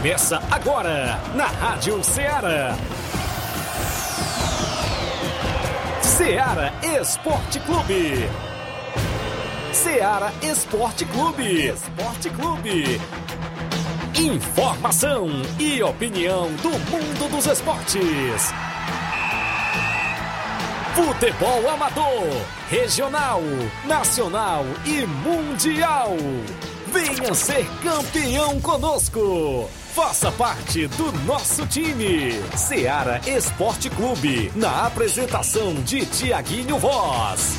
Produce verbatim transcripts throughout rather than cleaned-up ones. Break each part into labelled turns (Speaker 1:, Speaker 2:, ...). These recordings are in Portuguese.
Speaker 1: Começa agora na Rádio Ceará. Ceará Esporte Clube. Ceará Esporte Clube. Esporte Clube. Informação e opinião do mundo dos esportes. Futebol amador, regional, nacional e mundial. Venha ser campeão conosco. Faça parte do nosso time. Ceará Esporte Clube. Na apresentação de Tiaguinho Voz.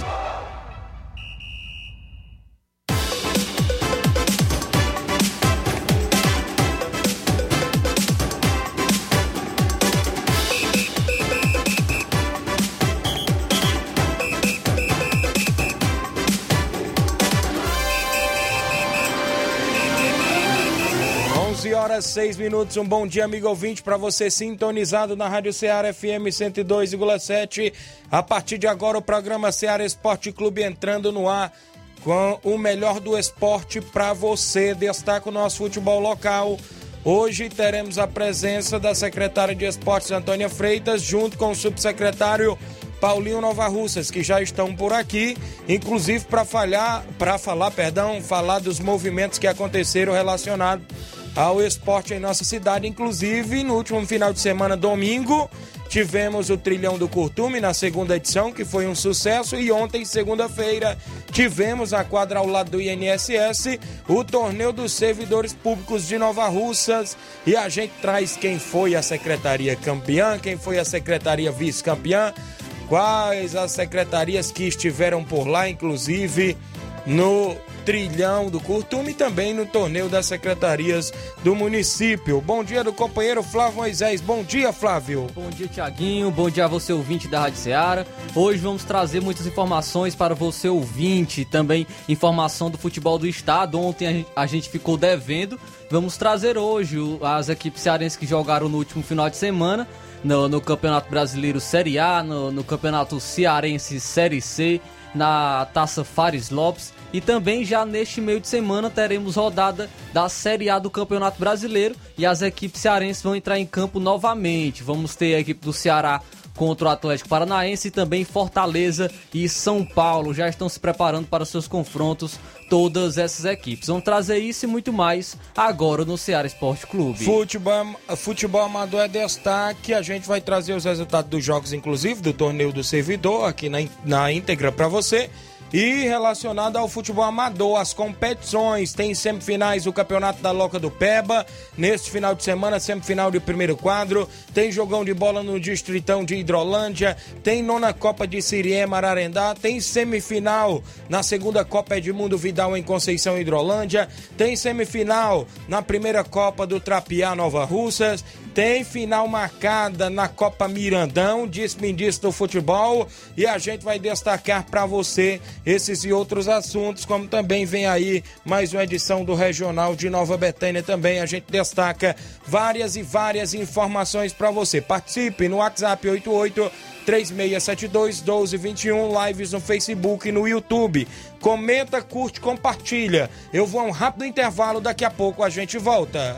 Speaker 2: onze horas e seis minutos, um bom dia, amigo ouvinte, para você sintonizado na Rádio Ceará F M cento e dois vírgula sete. A partir de agora, o programa Ceará Esporte Clube entrando no ar com o melhor do esporte para você. Destaca o nosso futebol local. Hoje teremos a presença da secretária de Esportes, Antônia Freitas, junto com o subsecretário Paulinho Nova Russas, que já estão por aqui, inclusive para falar, para falar, perdão, falar dos movimentos que aconteceram relacionados ao esporte em nossa cidade. Inclusive, no último final de semana, domingo, tivemos o Trilhão do Curtume na segunda edição, que foi um sucesso, e ontem, segunda-feira, tivemos a quadra ao lado do I N S S, o Torneio dos Servidores Públicos de Nova Russas, e a gente traz quem foi a secretaria campeã, quem foi a secretaria vice-campeã, quais as secretarias que estiveram por lá, inclusive no Trilhão do Curtume e também no torneio das secretarias do município. Bom dia do companheiro Flávio Moisés. Bom dia, Flávio.
Speaker 3: Bom dia, Tiaguinho. Bom dia a você, ouvinte da Rádio Ceará. Hoje vamos trazer muitas informações para você, ouvinte. Também informação do futebol do estado. Ontem a gente ficou devendo. Vamos trazer hoje as equipes cearenses que jogaram no último final de semana no, no Campeonato Brasileiro Série A, no, no Campeonato Cearense Série C, na Taça Fares Lopes. E também já neste meio de semana teremos rodada da Série A do Campeonato Brasileiro e as equipes cearenses vão entrar em campo novamente. Vamos ter a equipe do Ceará contra o Atlético Paranaense e também Fortaleza e São Paulo. Já estão se preparando para os seus confrontos todas essas equipes. Vamos trazer isso e muito mais agora no Ceará Esporte Clube.
Speaker 2: Futebol, futebol amador é destaque. A gente vai trazer os resultados dos jogos, inclusive do Torneio do Servidor, aqui na, na íntegra para você. E relacionado ao futebol amador, as competições, tem semifinais do Campeonato da Loca do Peba, neste final de semana, semifinal de primeiro quadro, tem jogão de bola no Distritão de Hidrolândia, tem nona Copa de Siriema, Ararendá, tem semifinal na segunda Copa Edmundo Vidal em Conceição, Hidrolândia, tem semifinal na primeira Copa do Trapiá, Nova Russas, tem final marcada na Copa Mirandão, disse-me disso do futebol, e a gente vai destacar para você esses e outros assuntos, como também vem aí mais uma edição do Regional de Nova Betânia também. A gente destaca várias e várias informações para você. Participe no WhatsApp oito oito, três seis sete dois, um dois dois um, lives no Facebook e no YouTube. Comenta, curte, compartilha. Eu vou a um rápido intervalo, daqui a pouco a gente volta.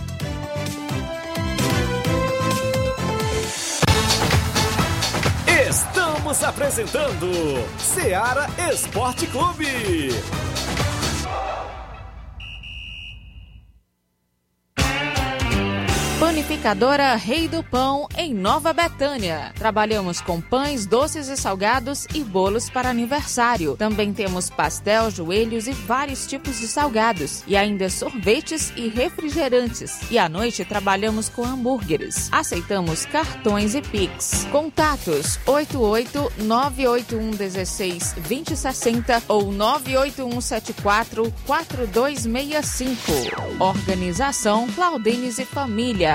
Speaker 1: Estamos apresentando Ceará Esporte Clube.
Speaker 4: Panificadora Rei do Pão, em Nova Betânia. Trabalhamos com pães, doces e salgados e bolos para aniversário. Também temos pastel, joelhos e vários tipos de salgados. E ainda sorvetes e refrigerantes. E à noite trabalhamos com hambúrgueres. Aceitamos cartões e Pix. Contatos oito oito nove oito um um seis dois zero seis zero ou nove oito um sete quatro quatro dois seis cinco. Organização Claudines e Família.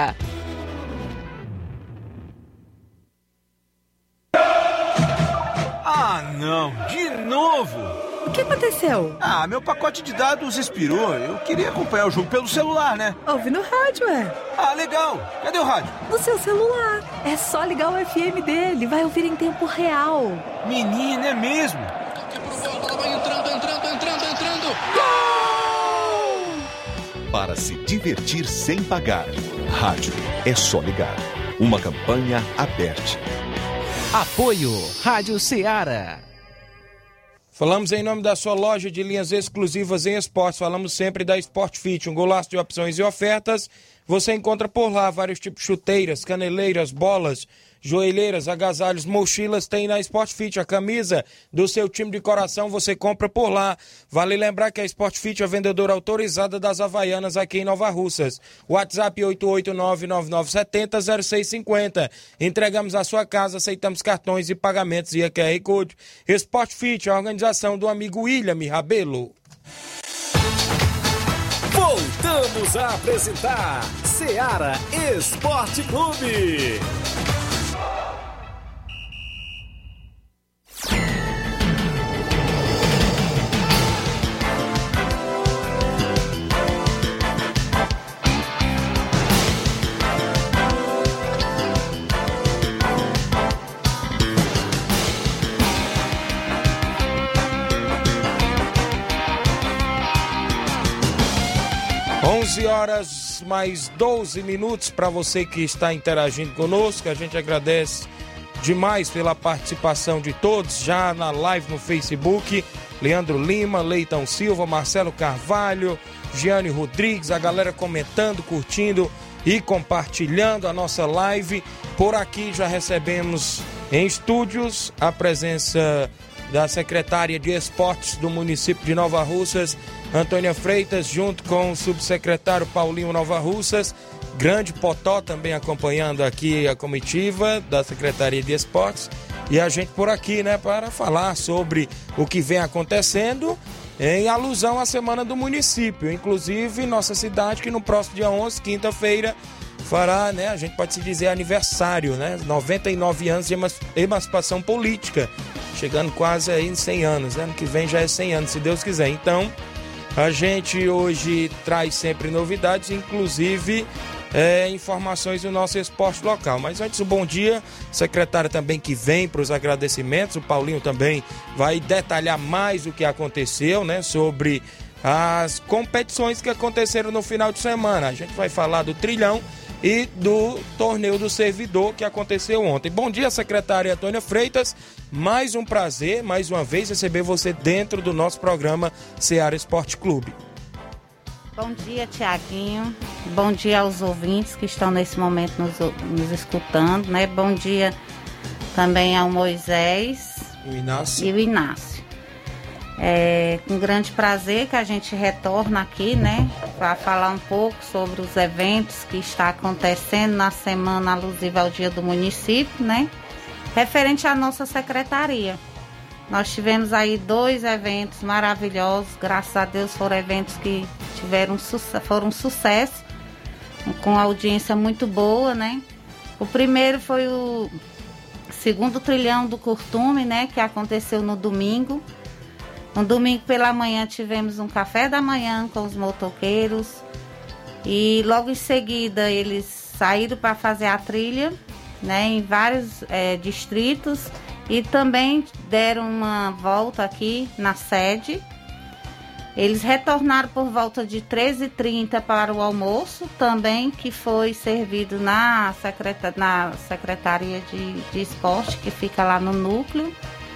Speaker 5: Ah, não, de novo!
Speaker 6: O que aconteceu?
Speaker 5: Ah, meu pacote de dados expirou. Eu queria acompanhar o jogo pelo celular, né?
Speaker 6: Ouve no rádio, é.
Speaker 5: Ah, legal. Cadê o rádio?
Speaker 6: No seu celular. É só ligar o F M dele. Vai ouvir em tempo real.
Speaker 5: Menina, é mesmo?
Speaker 7: Toque pro gol, ela vai entrando, entrando, entrando, entrando.
Speaker 6: Gol!
Speaker 7: para se divertir sem pagar. Rádio é só ligar. Uma campanha aberta.
Speaker 8: Apoio Rádio Ceará.
Speaker 2: Falamos em nome da sua loja de linhas exclusivas em esportes. Falamos sempre da Sport Fit, um golaço de opções e ofertas. Você encontra por lá vários tipos de chuteiras, caneleiras, bolas, joelheiras, agasalhos, mochilas. Tem na Sport Fit a camisa do seu time de coração, você compra por lá. Vale lembrar que a Sport Fit é a vendedora autorizada das Havaianas aqui em Nova Russas. WhatsApp oito oito nove, nove nove sete zero, zero seis cinco zero. Entregamos a sua casa, aceitamos cartões e pagamentos via Q R Code. Sport Fit, a organização do amigo William Rabelo.
Speaker 1: Voltamos a apresentar Ceará Esporte Clube.
Speaker 2: onze horas mais doze minutos para você que está interagindo conosco. A gente agradece demais pela participação de todos já na live no Facebook. Leandro Lima, Leitão Silva, Marcelo Carvalho, Giane Rodrigues, a galera comentando, curtindo e compartilhando a nossa live. Por aqui já recebemos em estúdios a presença da secretária de Esportes do município de Nova Russas, Antônia Freitas, junto com o subsecretário Paulinho Nova Russas, Grande Potó também acompanhando aqui a comitiva da Secretaria de Esportes, e a gente por aqui, né, para falar sobre o que vem acontecendo em alusão à Semana do Município, inclusive nossa cidade, que no próximo dia onze, quinta-feira, fará, né, a gente pode se dizer aniversário, né, noventa e nove anos de emancipação política, chegando quase aí em cem anos, né, ano que vem já é cem anos, se Deus quiser. Então, a gente hoje traz sempre novidades, inclusive é, informações do nosso esporte local. Mas antes, um bom dia, secretária também que vem para os agradecimentos, o Paulinho também vai detalhar mais o que aconteceu, né, sobre as competições que aconteceram no final de semana. A gente vai falar do trilhão e do torneio do servidor que aconteceu ontem. Bom dia, secretária Antônia Freitas, mais um prazer, mais uma vez, receber você dentro do nosso programa Ceará Esporte Clube.
Speaker 9: Bom dia, Tiaguinho, bom dia aos ouvintes que estão nesse momento nos, nos escutando, né? Bom dia também ao Moisés
Speaker 2: o Inácio.
Speaker 9: e o Inácio. É com grande prazer que a gente retorna aqui, né, para falar um pouco sobre os eventos que está acontecendo na semana alusiva ao Dia do Município, né, referente à nossa secretaria. Nós tivemos aí dois eventos maravilhosos, graças a Deus foram eventos que tiveram foram um sucesso, com audiência muito boa, né. O primeiro foi o segundo trilhão do Curtume, né, que aconteceu no domingo. No domingo pela manhã tivemos um café da manhã com os motoqueiros e logo em seguida eles saíram para fazer a trilha, né, em vários é, distritos e também deram uma volta aqui na sede. Eles retornaram por volta de treze e trinta para o almoço também, que foi servido na, secreta, na Secretaria de, de Esporte, que fica lá no núcleo.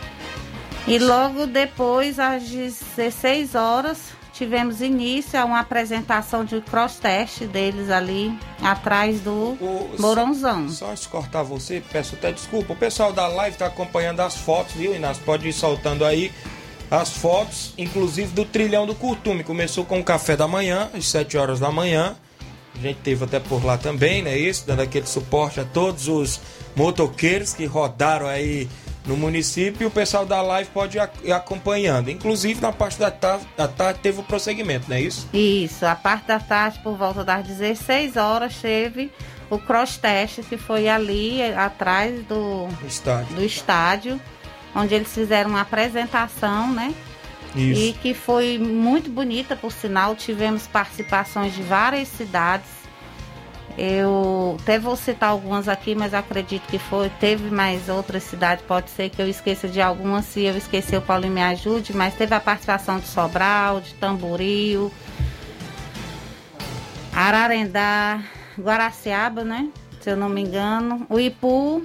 Speaker 9: E logo depois, às dezesseis horas, tivemos início a uma apresentação de cross-test deles ali, atrás do o, Mourãozão.
Speaker 2: Só, só se cortar você, peço até desculpa. O pessoal da live está acompanhando as fotos, viu, Inácio? Pode ir soltando aí as fotos, inclusive do trilhão do Curtume. Começou com o café da manhã, às sete horas da manhã. A gente teve até por lá também, né? Isso, dando aquele suporte a todos os motoqueiros que rodaram aí no município, e o pessoal da live pode ir acompanhando. Inclusive, na parte da tarde, da tarde teve o prosseguimento, não é isso?
Speaker 9: Isso, a parte da tarde, por volta das dezesseis horas, teve o cross-test, que foi ali atrás do estádio. do estádio, onde eles fizeram uma apresentação, né? Isso. E que foi muito bonita, por sinal. Tivemos participações de várias cidades. Eu até vou citar algumas aqui, mas acredito que foi, teve mais outras cidades, pode ser que eu esqueça de algumas, se eu esquecer o Paulinho me ajude, mas teve a participação de Sobral, de Tamboril, Ararendá, Guaraciaba, né? Se eu não me engano. O Ipu,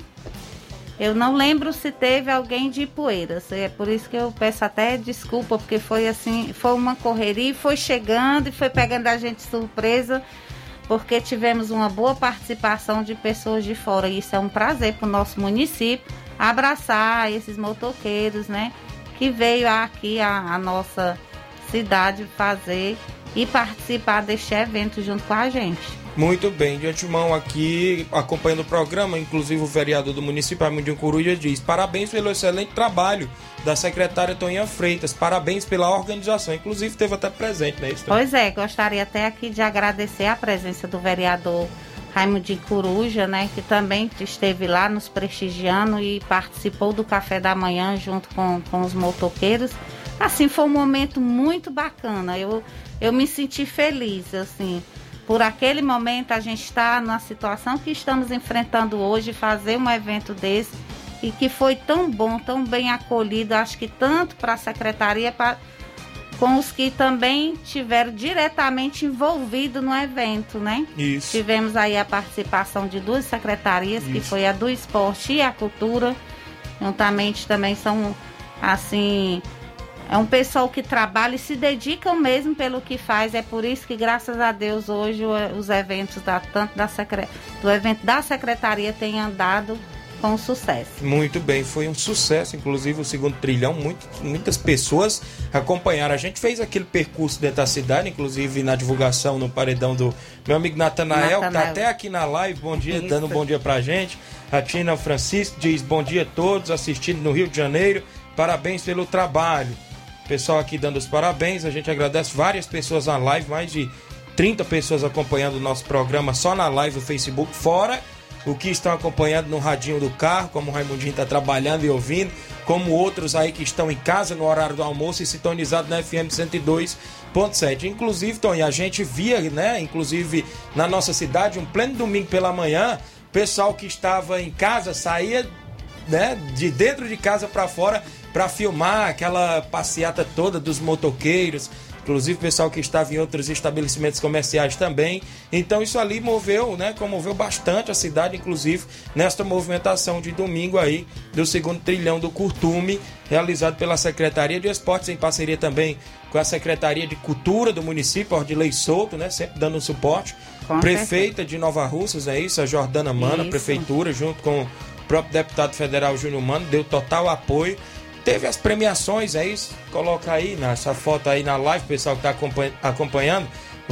Speaker 9: eu não lembro se teve alguém de Ipueiras. É por isso que eu peço até desculpa, porque foi assim, foi uma correria, foi chegando e foi pegando a gente de surpresa, porque tivemos uma boa participação de pessoas de fora. E isso é um prazer para o nosso município abraçar esses motoqueiros, né? Que veio aqui a, a nossa cidade fazer e participar deste evento junto com a gente.
Speaker 2: Muito bem, de antemão aqui, acompanhando o programa, inclusive o vereador do município, Raimundinho Coruja, diz: parabéns pelo excelente trabalho da secretária Toninha Freitas, parabéns pela organização, inclusive teve até presente, não é isso?
Speaker 9: Pois é, gostaria até aqui de agradecer a presença do vereador Raimundinho Coruja, né, que também esteve lá nos prestigiando e participou do café da manhã junto com, com os motoqueiros. Assim, foi um momento muito bacana, eu, eu me senti feliz, assim, por aquele momento a gente está na situação que estamos enfrentando hoje, fazer um evento desse, e que foi tão bom, tão bem acolhido, acho que tanto para a secretaria, pra, com os que também tiveram diretamente envolvidos no evento, né?
Speaker 2: Isso.
Speaker 9: Tivemos aí a participação de duas secretarias, Isso. que foi a do esporte e a cultura, juntamente também são, assim... É um pessoal que trabalha e se dedicam mesmo pelo que faz. É por isso que, graças a Deus, hoje os eventos da, tanto da secre... do evento da secretaria têm andado com sucesso.
Speaker 2: Muito bem, foi um sucesso, inclusive o segundo trilhão, muito, muitas pessoas acompanharam. A gente fez aquele percurso dentro da cidade, inclusive na divulgação no paredão do meu amigo Natanael, que está até aqui na live. Bom dia, isso. Dando um bom dia pra gente. A Tina Francisco diz: bom dia a todos assistindo no Rio de Janeiro, parabéns pelo trabalho. Pessoal aqui dando os parabéns, a gente agradece várias pessoas na live, mais de trinta pessoas acompanhando o nosso programa só na live do Facebook, fora o que estão acompanhando no radinho do carro, como o Raimundinho está trabalhando e ouvindo, como outros aí que estão em casa no horário do almoço e sintonizados na F M cento e dois ponto sete. Inclusive, Tony, a gente via, né, inclusive na nossa cidade, um pleno domingo pela manhã, pessoal que estava em casa saía, né, de dentro de casa para fora para filmar aquela passeata toda dos motoqueiros, inclusive o pessoal que estava em outros estabelecimentos comerciais também. Então isso ali moveu, né, comoveu bastante a cidade, inclusive nesta movimentação de domingo aí do segundo trilhão do Curtume, realizado pela Secretaria de Esportes em parceria também com a Secretaria de Cultura do município, Ordilei Souto, né, sempre dando um suporte. Com Prefeita certeza. de Nova Russas, é isso, a Jordana Mana, isso. Prefeitura, junto com o próprio deputado federal Júnior Mano, deu total apoio. Teve as premiações, é isso? Coloca aí nessa foto aí na live, o pessoal que está acompanhando,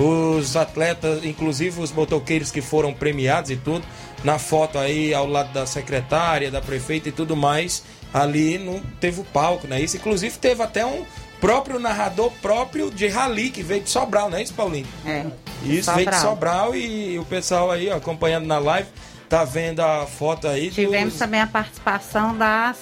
Speaker 2: os atletas, inclusive os motoqueiros que foram premiados e tudo, na foto aí ao lado da secretária, da prefeita e tudo mais, ali não teve o palco, né? Isso, inclusive teve até um próprio narrador próprio de rally que veio de Sobral, não é isso, Paulinho?
Speaker 9: É.
Speaker 2: Isso,
Speaker 9: Sobral.
Speaker 2: veio de Sobral e o pessoal aí ó, acompanhando na live, tá vendo a foto aí.
Speaker 9: Tivemos
Speaker 2: dos...
Speaker 9: também a participação das...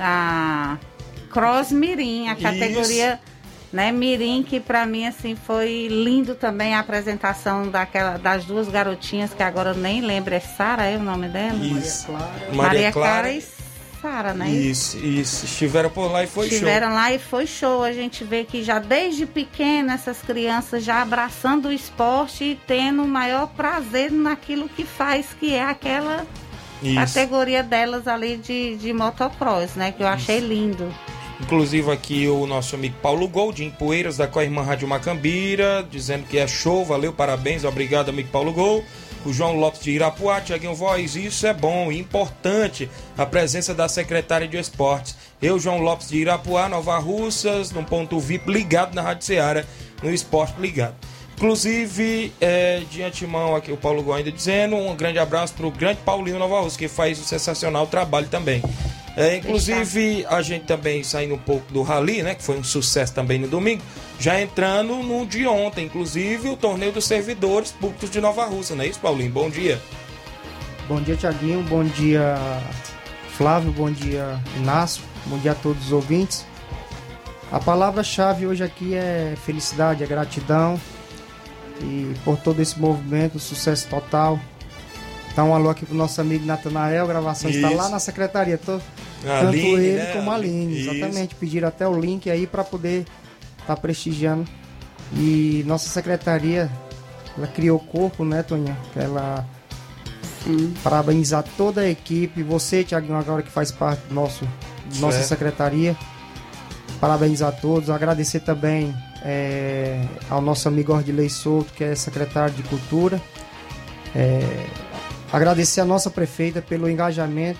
Speaker 9: Da... Cross Mirim, a categoria, né, Mirim, que pra mim assim foi lindo também a apresentação daquela, das duas garotinhas que agora eu nem lembro, é Sara, é o nome dela?
Speaker 2: Isso.
Speaker 9: Maria Clara,
Speaker 2: Maria
Speaker 9: Maria
Speaker 2: Clara.
Speaker 9: Clara e Sara, né?
Speaker 2: Isso, isso. Estiveram por lá e foi
Speaker 9: Estiveram
Speaker 2: show.
Speaker 9: lá e foi show. A gente vê que já desde pequena essas crianças já abraçando o esporte e tendo o maior prazer naquilo que faz, que é aquela isso. categoria delas ali de, de motocross, né? Que eu achei isso. lindo.
Speaker 2: Inclusive aqui o nosso amigo Paulo Gold, em Poeiras, da Coirmã Rádio Macambira, dizendo que é show, valeu, parabéns, obrigado, amigo Paulo Gold. O João Lopes de Irapuá, Tiaguinho Voz, isso é bom e importante, a presença da secretária de Esportes. Eu, João Lopes de Irapuá, Nova Russas, no ponto V I P, ligado na Rádio Ceará, no Esporte Ligado. Inclusive, é, de antemão aqui o Paulo Gold ainda dizendo, um grande abraço para o grande Paulinho Nova Russa, que faz um sensacional trabalho também. É, inclusive, a gente também saindo um pouco do rally, né, que foi um sucesso também no domingo, já entrando no de ontem, inclusive o torneio dos servidores públicos de Nova Russa, não é isso, Paulinho? Bom dia.
Speaker 10: Bom dia, Tiaguinho, bom dia, Flávio, bom dia, Inácio, bom dia a todos os ouvintes. A palavra-chave hoje aqui é felicidade, é gratidão, e por todo esse movimento, sucesso total. Dá um alô aqui pro nosso amigo Natanael, a gravação isso. está lá na secretaria, tô, tanto Aline, ele né? como a Aline, isso. exatamente, pediram até o link aí para poder estar tá prestigiando, e nossa secretaria ela criou corpo, né, Toninha? Ela Sim. Parabenizar toda a equipe, você, Tiaguinho, agora que faz parte do nosso, de nossa é. secretaria. Parabenizar a todos, agradecer também é, ao nosso amigo Ordilei Souto, que é secretário de Cultura. É, agradecer a nossa prefeita pelo engajamento,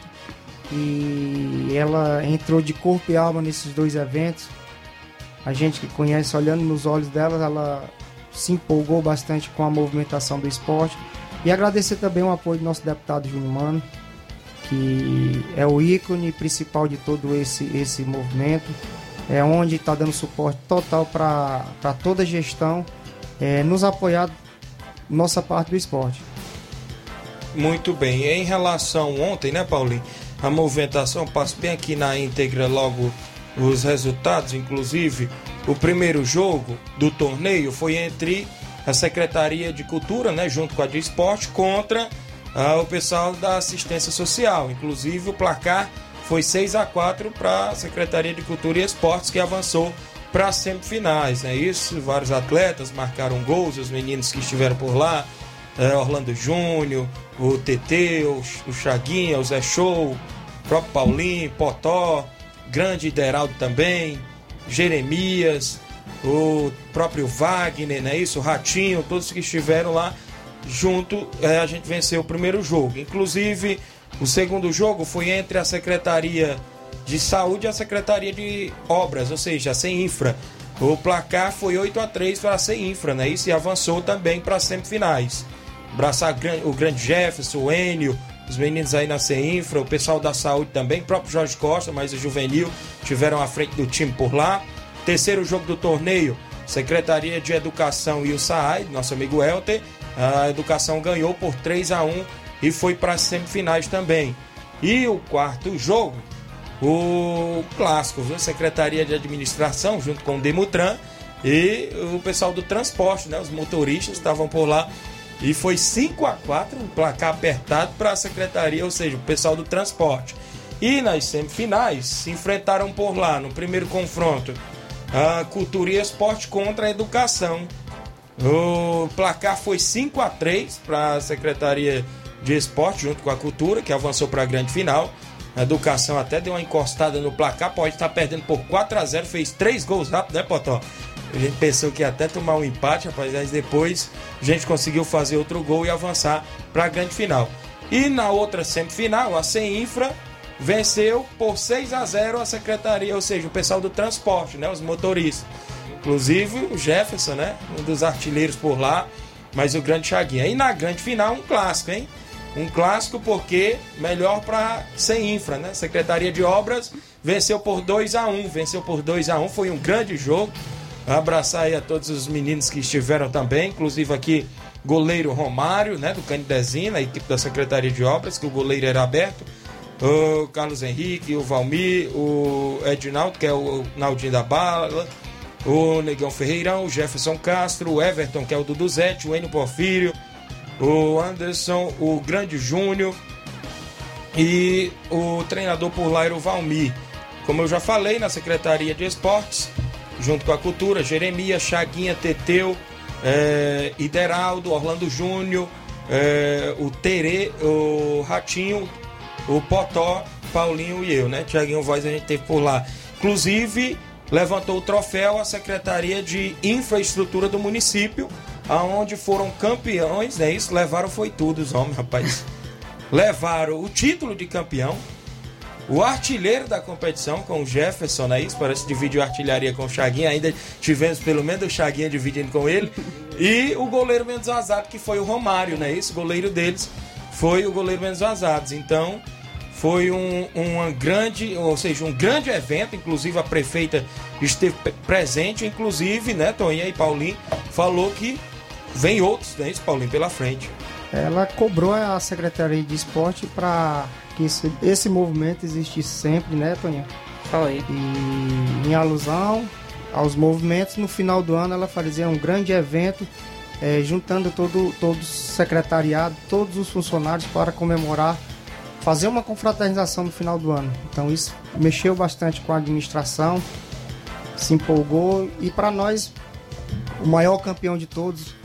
Speaker 10: e ela entrou de corpo e alma nesses dois eventos. A gente que conhece, olhando nos olhos dela, ela se empolgou bastante com a movimentação do esporte. E agradecer também o apoio do nosso deputado Júnior Mano, que é o ícone principal de todo esse, esse movimento, é onde está dando suporte total para toda a gestão, é, nos apoiar nossa parte do esporte.
Speaker 2: Muito bem. Em relação ontem, né, Paulinho, a movimentação, passo bem aqui na íntegra logo os resultados, inclusive o primeiro jogo do torneio foi entre a Secretaria de Cultura, né, junto com a de Esporte, contra ah, o pessoal da Assistência Social. Inclusive o placar foi seis a quatro para a Secretaria de Cultura e Esportes, que avançou para as semifinais, né? Isso, vários atletas marcaram gols, os meninos que estiveram por lá, é, Orlando Júnior, o T T, o, o Chaguinha, o Zé Show, o próprio Paulinho, Potó, grande Ideraldo também, Jeremias, o próprio Wagner, né? Isso, o Ratinho, todos que estiveram lá junto, é, a gente venceu o primeiro jogo. Inclusive, o segundo jogo foi entre a Secretaria de Saúde e a Secretaria de Obras, ou seja, a CEINFRA. O placar foi oito a três para a CEINFRA, né? Isso, e avançou também para as semifinais. Abraçar o grande Jefferson, o Enio, os meninos aí na CEINFRA, o pessoal da saúde também, o próprio Jorge Costa, mas o juvenil tiveram à frente do time por lá. Terceiro jogo do torneio, Secretaria de Educação e o S A I, nosso amigo Helter. A Educação ganhou por três a um e foi para as semifinais também. E o quarto jogo, o clássico, viu? Secretaria de Administração junto com o Demutran e o pessoal do transporte, né? Os motoristas estavam por lá. E foi cinco a quatro, um placar apertado para a secretaria, ou seja, o pessoal do transporte. E nas semifinais se enfrentaram por lá, no primeiro confronto, a Cultura e Esporte contra a Educação. O placar foi cinco a três para a Secretaria de Esporte junto com a Cultura, que avançou para a grande final. A Educação até deu uma encostada no placar, pode estar perdendo por quatro a zero, fez três gols rápido, né, Potó? A gente pensou que ia até tomar um empate, rapaz, mas depois a gente conseguiu fazer outro gol e avançar para a grande final. E na outra semifinal, a CEINFRA venceu por seis a zero a Secretaria, ou seja, o pessoal do transporte, né, os motoristas. Inclusive o Jefferson, né, um dos artilheiros por lá, mas o grande Chaguinha. E na grande final, um clássico, hein? Um clássico porque melhor para CEINFRA, né? Secretaria de Obras venceu por dois a um, venceu por dois a um, foi um grande jogo. Abraçar aí a todos os meninos que estiveram também, inclusive aqui goleiro Romário, né, do Canidezinho, a equipe da Secretaria de Obras, que o goleiro era aberto, o Carlos Henrique, o Valmir, o Edinaldo, que é o Naldinho da Bala, o Negão Ferreirão, o Jefferson Castro, o Everton, que é o Duduzete, o Enio Porfírio, o Anderson, o Grande Júnior e o treinador por lá era o Valmir. Como eu já falei, na Secretaria de Esportes, junto com a Cultura, Jeremias, Chaguinha, Teteu, é, Ideraldo, Orlando Júnior, é, o Terê, o Ratinho, o Potó, Paulinho e eu, né? Tiaguinho Voz a gente teve por lá. Inclusive, levantou o troféu a Secretaria de Infraestrutura do município, aonde foram campeões, né? Isso, levaram foi tudo os homens, rapaz. Levaram o título de campeão, o artilheiro da competição com o Jefferson, né? Isso, parece que dividiu a artilharia com o Chaguinha, ainda tivemos pelo menos o Chaguinha dividindo com ele, e o goleiro menos vazado, que foi o Romário, né? Isso, o goleiro deles foi o goleiro menos vazado. Então, foi um, uma grande, ou seja, um grande evento, inclusive a prefeita esteve presente, inclusive, né, Toninha e Paulinho, falou que vem outros, né, isso, Paulinho, pela frente.
Speaker 10: Ela cobrou a Secretaria de Esporte para que esse, esse movimento existisse sempre, né, Toninha?
Speaker 9: Foi.
Speaker 10: E em alusão aos movimentos, no final do ano ela fazia um grande evento, é, juntando todo, todo o secretariado, todos os funcionários para comemorar, fazer uma confraternização no final do ano. Então isso mexeu bastante com a administração, se empolgou, e para nós, o maior campeão de todos,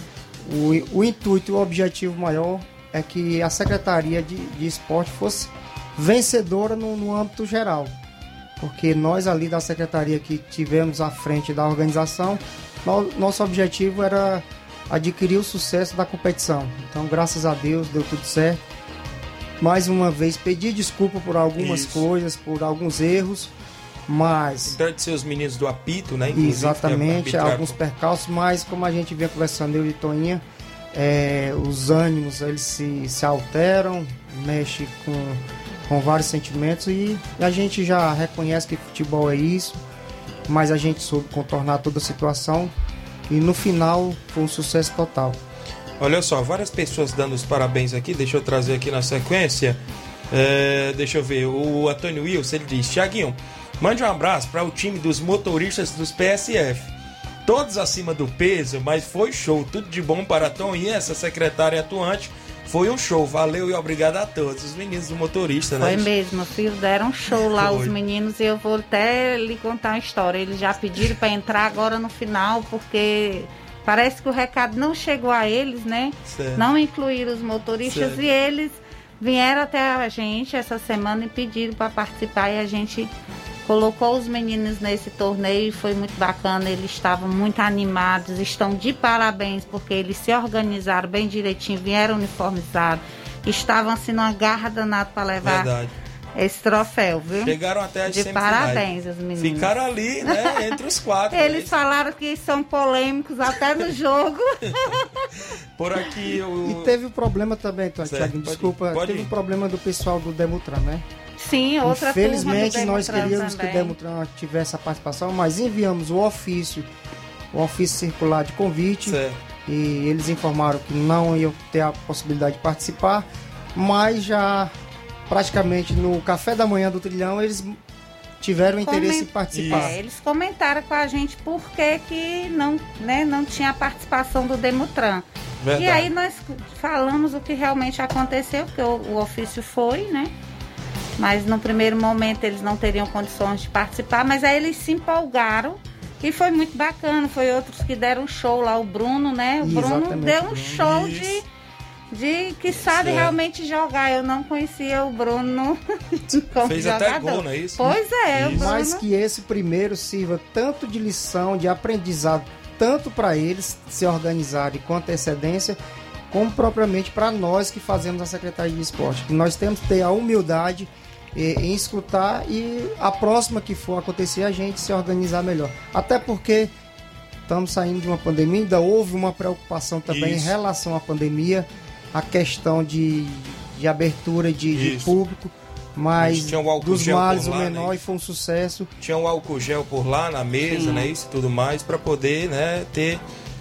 Speaker 10: o, o intuito e o objetivo maior é que a Secretaria de, de Esporte fosse vencedora no, no âmbito geral. Porque nós ali da Secretaria que tivemos à frente da organização, no, nosso objetivo era adquirir o sucesso da competição. Então, graças a Deus, deu tudo certo. Mais uma vez, pedir desculpa por algumas Isso. coisas, por alguns erros, mas...
Speaker 2: Deve ser os meninos do apito, né?
Speaker 10: Inclusive, exatamente, alguns percalços, mas como a gente vem conversando, eu e Toninha, é, os ânimos, eles se, se alteram, mexe com, com vários sentimentos e a gente já reconhece que futebol é isso, mas a gente soube contornar toda a situação e no final foi um sucesso total.
Speaker 2: Olha só, várias pessoas dando os parabéns aqui, deixa eu trazer aqui na sequência, é, deixa eu ver, o Antônio Wilson, ele diz, Thiaguinho, mande um abraço para o time dos motoristas dos P S F, todos acima do peso, mas foi show, tudo de bom para a Toninha, essa secretária atuante, foi um show, valeu e obrigado a todos, os meninos do motorista,
Speaker 9: foi
Speaker 2: né?
Speaker 9: Foi mesmo, filho, deram um show lá foi. Os meninos e eu vou até lhe contar uma história, eles já pediram para entrar agora no final, porque... Parece que o recado não chegou a eles, né? Certo. Não incluíram os motoristas certo. E eles vieram até a gente essa semana e pediram para participar e a gente colocou os meninos nesse torneio e foi muito bacana, eles estavam muito animados, estão de parabéns porque eles se organizaram bem direitinho, vieram uniformizados, estavam assim numa garra danada para levar... Verdade. Esse troféu, viu?
Speaker 2: Chegaram até as
Speaker 9: de parabéns, os meninos.
Speaker 2: Ficaram ali, né? Entre os quatro.
Speaker 9: Eles
Speaker 2: né?
Speaker 9: falaram que são polêmicos até no jogo.
Speaker 2: Por aqui o...
Speaker 10: E teve o um problema também, Thiago, desculpa. Pode teve o um problema do pessoal do Demutran, né?
Speaker 9: Sim, outra
Speaker 10: Infelizmente, nós queríamos também. Que o Demutran tivesse a participação, mas enviamos o ofício, o ofício circular de convite. Certo. E eles informaram que não iam ter a possibilidade de participar, mas já... Praticamente no café da manhã do Trilhão eles tiveram interesse Coment... em participar.
Speaker 9: É, eles comentaram com a gente por que, que não, né, não tinha a participação do Demutran. Verdade. E aí nós falamos o que realmente aconteceu, porque o, o ofício foi, né? Mas no primeiro momento eles não teriam condições de participar, mas aí eles se empolgaram e foi muito bacana. Foi outros que deram um show lá, o Bruno, né? O Bruno Exatamente, deu um Bruno. show Isso. de... De que sabe certo. realmente jogar. Eu não conhecia o Bruno como
Speaker 2: Fez
Speaker 9: jogador.
Speaker 2: até gol, não é isso?
Speaker 9: Pois é, isso. o Bruno...
Speaker 10: Mas que esse primeiro sirva tanto de lição, de aprendizado, tanto para eles se organizarem com antecedência, como propriamente para nós que fazemos a Secretaria de Esporte. Nós temos que ter a humildade em, em escutar e a próxima que for acontecer, a gente se organizar melhor. Até porque estamos saindo de uma pandemia, ainda houve uma preocupação também isso. em relação à pandemia, a questão de, de abertura de, de público, mas um dos males o lá, menor né? e foi um sucesso.
Speaker 2: Tinha um álcool gel por lá na mesa, Sim. né, isso e tudo mais, para poder né, ter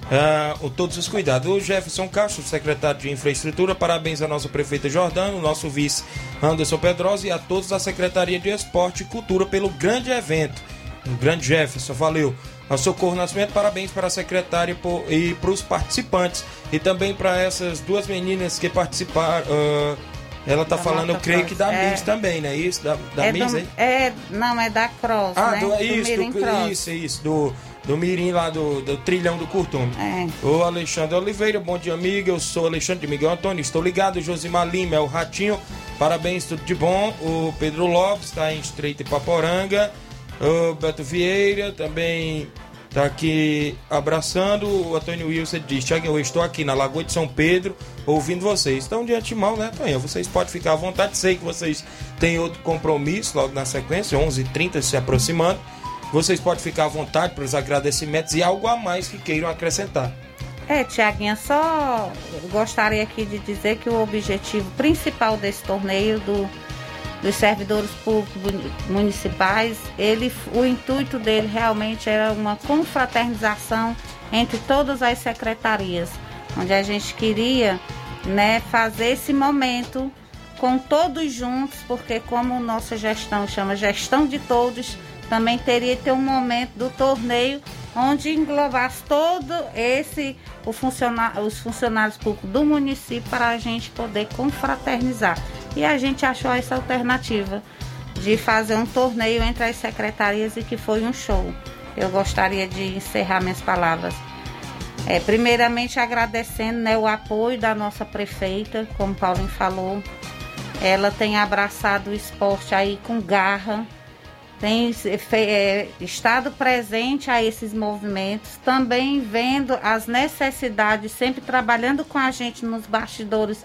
Speaker 2: uh, todos os cuidados. O Jefferson Castro, secretário de Infraestrutura, parabéns à nossa prefeita Jordano, nosso vice Anderson Pedrosa e a todos da Secretaria de Esporte e Cultura pelo grande evento. Um grande Jefferson, valeu. Ao Socorro Nascimento, parabéns para a secretária e para os participantes. E também para essas duas meninas que participaram. Uh, ela está falando, eu creio que da é, Miss também, não é isso? Da, da
Speaker 9: é
Speaker 2: Miss
Speaker 9: do,
Speaker 2: aí?
Speaker 9: É, não, é da Cross,
Speaker 2: ah,
Speaker 9: né?
Speaker 2: Do,
Speaker 9: do
Speaker 2: isso,
Speaker 9: Mirim
Speaker 2: do,
Speaker 9: Cross.
Speaker 2: isso, isso. Do, do Mirim lá, do, do Trilhão do Curtume. É. O Alexandre Oliveira, bom dia, amiga. Eu sou Alexandre de Miguel Antônio, estou ligado. Josimar Lima, é o Ratinho. Parabéns, tudo de bom. O Pedro Lopes está em Estreito Ipaporanga. O Beto Vieira também está aqui abraçando. O Antônio Wilson diz: Thiago, eu estou aqui na Lagoa de São Pedro ouvindo vocês. Então, de antemão, né, Tonho? Vocês podem ficar à vontade. Sei que vocês têm outro compromisso logo na sequência, onze e trinta se aproximando. Vocês podem ficar à vontade para os agradecimentos e algo a mais que queiram acrescentar.
Speaker 9: É, Tiaguinha, só gostaria aqui de dizer que o objetivo principal desse torneio do dos servidores públicos municipais, ele, o intuito dele realmente era uma confraternização entre todas as secretarias, onde a gente queria, né, fazer esse momento com todos juntos, porque como nossa gestão chama gestão de todos, também teria que ter um momento do torneio onde englobasse todo esse, o funcionário, os funcionários públicos do município para a gente poder confraternizar. E a gente achou essa alternativa de fazer um torneio entre as secretarias e que foi um show. Eu gostaria de encerrar minhas palavras É, primeiramente agradecendo, né, o apoio da nossa prefeita, como o Paulinho falou. Ela tem abraçado o esporte aí com garra, tem é, estado presente a esses movimentos, também vendo as necessidades, sempre trabalhando com a gente nos bastidores,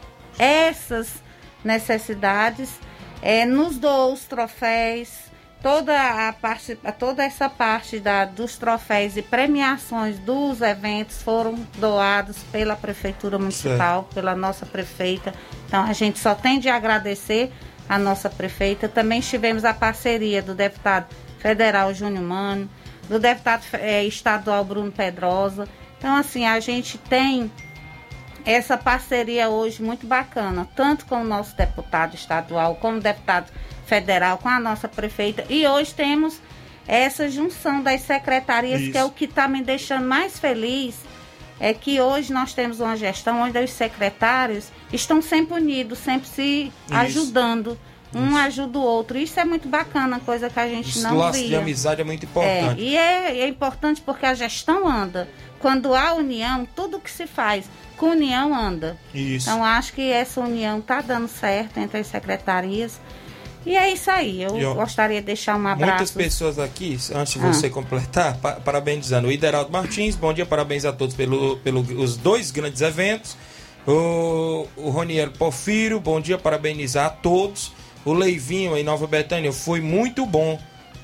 Speaker 9: essas necessidades, é, nos doou os troféus, toda, a parte, toda essa parte da, dos troféus e premiações dos eventos foram doados pela Prefeitura Municipal, certo. Pela nossa prefeita. Então a gente só tem de agradecer a nossa prefeita. Também tivemos a parceria do deputado federal Júnior Mano, do deputado é, estadual Bruno Pedrosa. Então, assim, a gente tem essa parceria hoje muito bacana, tanto com o nosso deputado estadual, como o deputado federal, com a nossa prefeita. E hoje temos essa junção das secretarias, Isso. que é o que está me deixando mais feliz, é que hoje nós temos uma gestão onde os secretários estão sempre unidos, sempre se Isso. ajudando. Um Isso. ajuda o outro. Isso é muito bacana, coisa que a gente Esse não laço via.
Speaker 2: de amizade é muito importante.
Speaker 9: É, e é, é importante porque a gestão anda. Quando há união, tudo que se faz com união anda.
Speaker 2: Isso.
Speaker 9: Então, acho que essa união está dando certo entre as secretarias. E é isso aí. Eu, eu gostaria de deixar um abraço.
Speaker 2: Muitas pessoas aqui, antes de você ah. completar, pa parabenizando o Ideraldo Martins. Bom dia, parabéns a todos pelos pelo, os dois grandes eventos. O, o Roniel Porfírio, bom dia, parabenizar a todos. O Leivinho em Nova Betânia, foi muito bom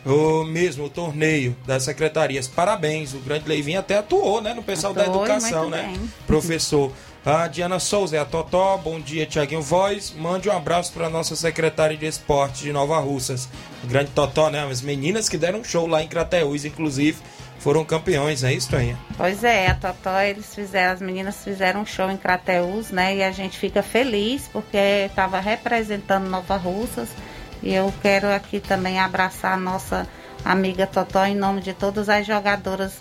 Speaker 2: o mesmo o torneio das secretarias. Parabéns, o grande Leivinho até atuou, né, no pessoal Atuou, da educação, né? Bem. Professor. A Diana Souza é a Totó, bom dia, Tiaguinho Voz. Mande um abraço para a nossa secretária de esporte de Nova Russas. O grande Totó, né? As meninas que deram um show lá em Crateús, inclusive, foram campeões, é isso, Toinha?
Speaker 9: Pois é, a Totó, eles fizeram, as meninas fizeram um show em Crateús, né? E a gente fica feliz porque estava representando Nova Russas. E eu quero aqui também abraçar a nossa amiga Totó em nome de todas as jogadoras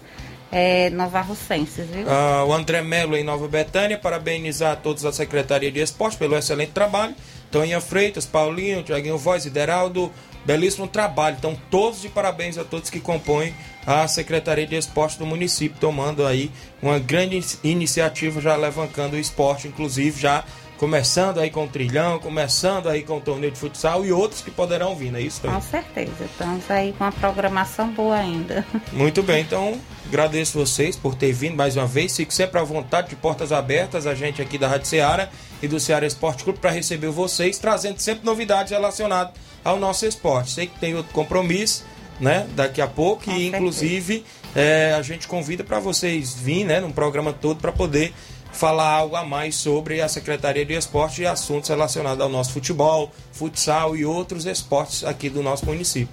Speaker 9: É, novarrocenses, viu?
Speaker 2: Ah, o André Melo em Nova Betânia, parabenizar a todos da Secretaria de Esporte pelo excelente trabalho. Toninha Freitas, Paulinho, Tiaguinho Voz, Ideraldo, belíssimo trabalho. Então, todos de parabéns a todos que compõem a Secretaria de Esporte do município, tomando aí uma grande iniciativa, já alavancando o esporte, inclusive já começando aí com o trilhão, começando aí com o torneio de futsal e outros que poderão vir, não é isso?
Speaker 9: Com certeza, estamos aí com uma programação boa ainda.
Speaker 2: Muito bem, então agradeço vocês por ter vindo mais uma vez, fico sempre à vontade, de portas abertas, a gente aqui da Rádio Ceará e do Ceará Esporte Clube para receber vocês, trazendo sempre novidades relacionadas ao nosso esporte. Sei que tem outro compromisso, né, daqui a pouco, com e certeza. Inclusive é, a gente convida para vocês virem, né, num programa todo para poder falar algo a mais sobre a Secretaria de Esporte e assuntos relacionados ao nosso futebol, futsal e outros esportes aqui do nosso município.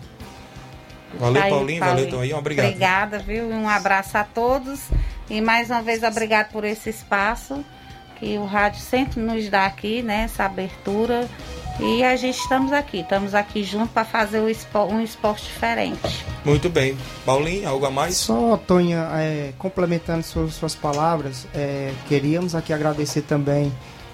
Speaker 2: Valeu, aí, Paulinho, Paulinho, valeu, Toninho, obrigado.
Speaker 9: Obrigada, viu? Um abraço a todos e mais uma vez obrigado por esse espaço que o rádio sempre nos dá aqui, né? Essa abertura. E a gente estamos aqui, estamos aqui juntos para fazer um esporte, um esporte diferente.
Speaker 2: Muito bem. Paulinho, algo a mais?
Speaker 10: Só, Toninha, é, complementando suas, suas palavras, é, queríamos aqui agradecer também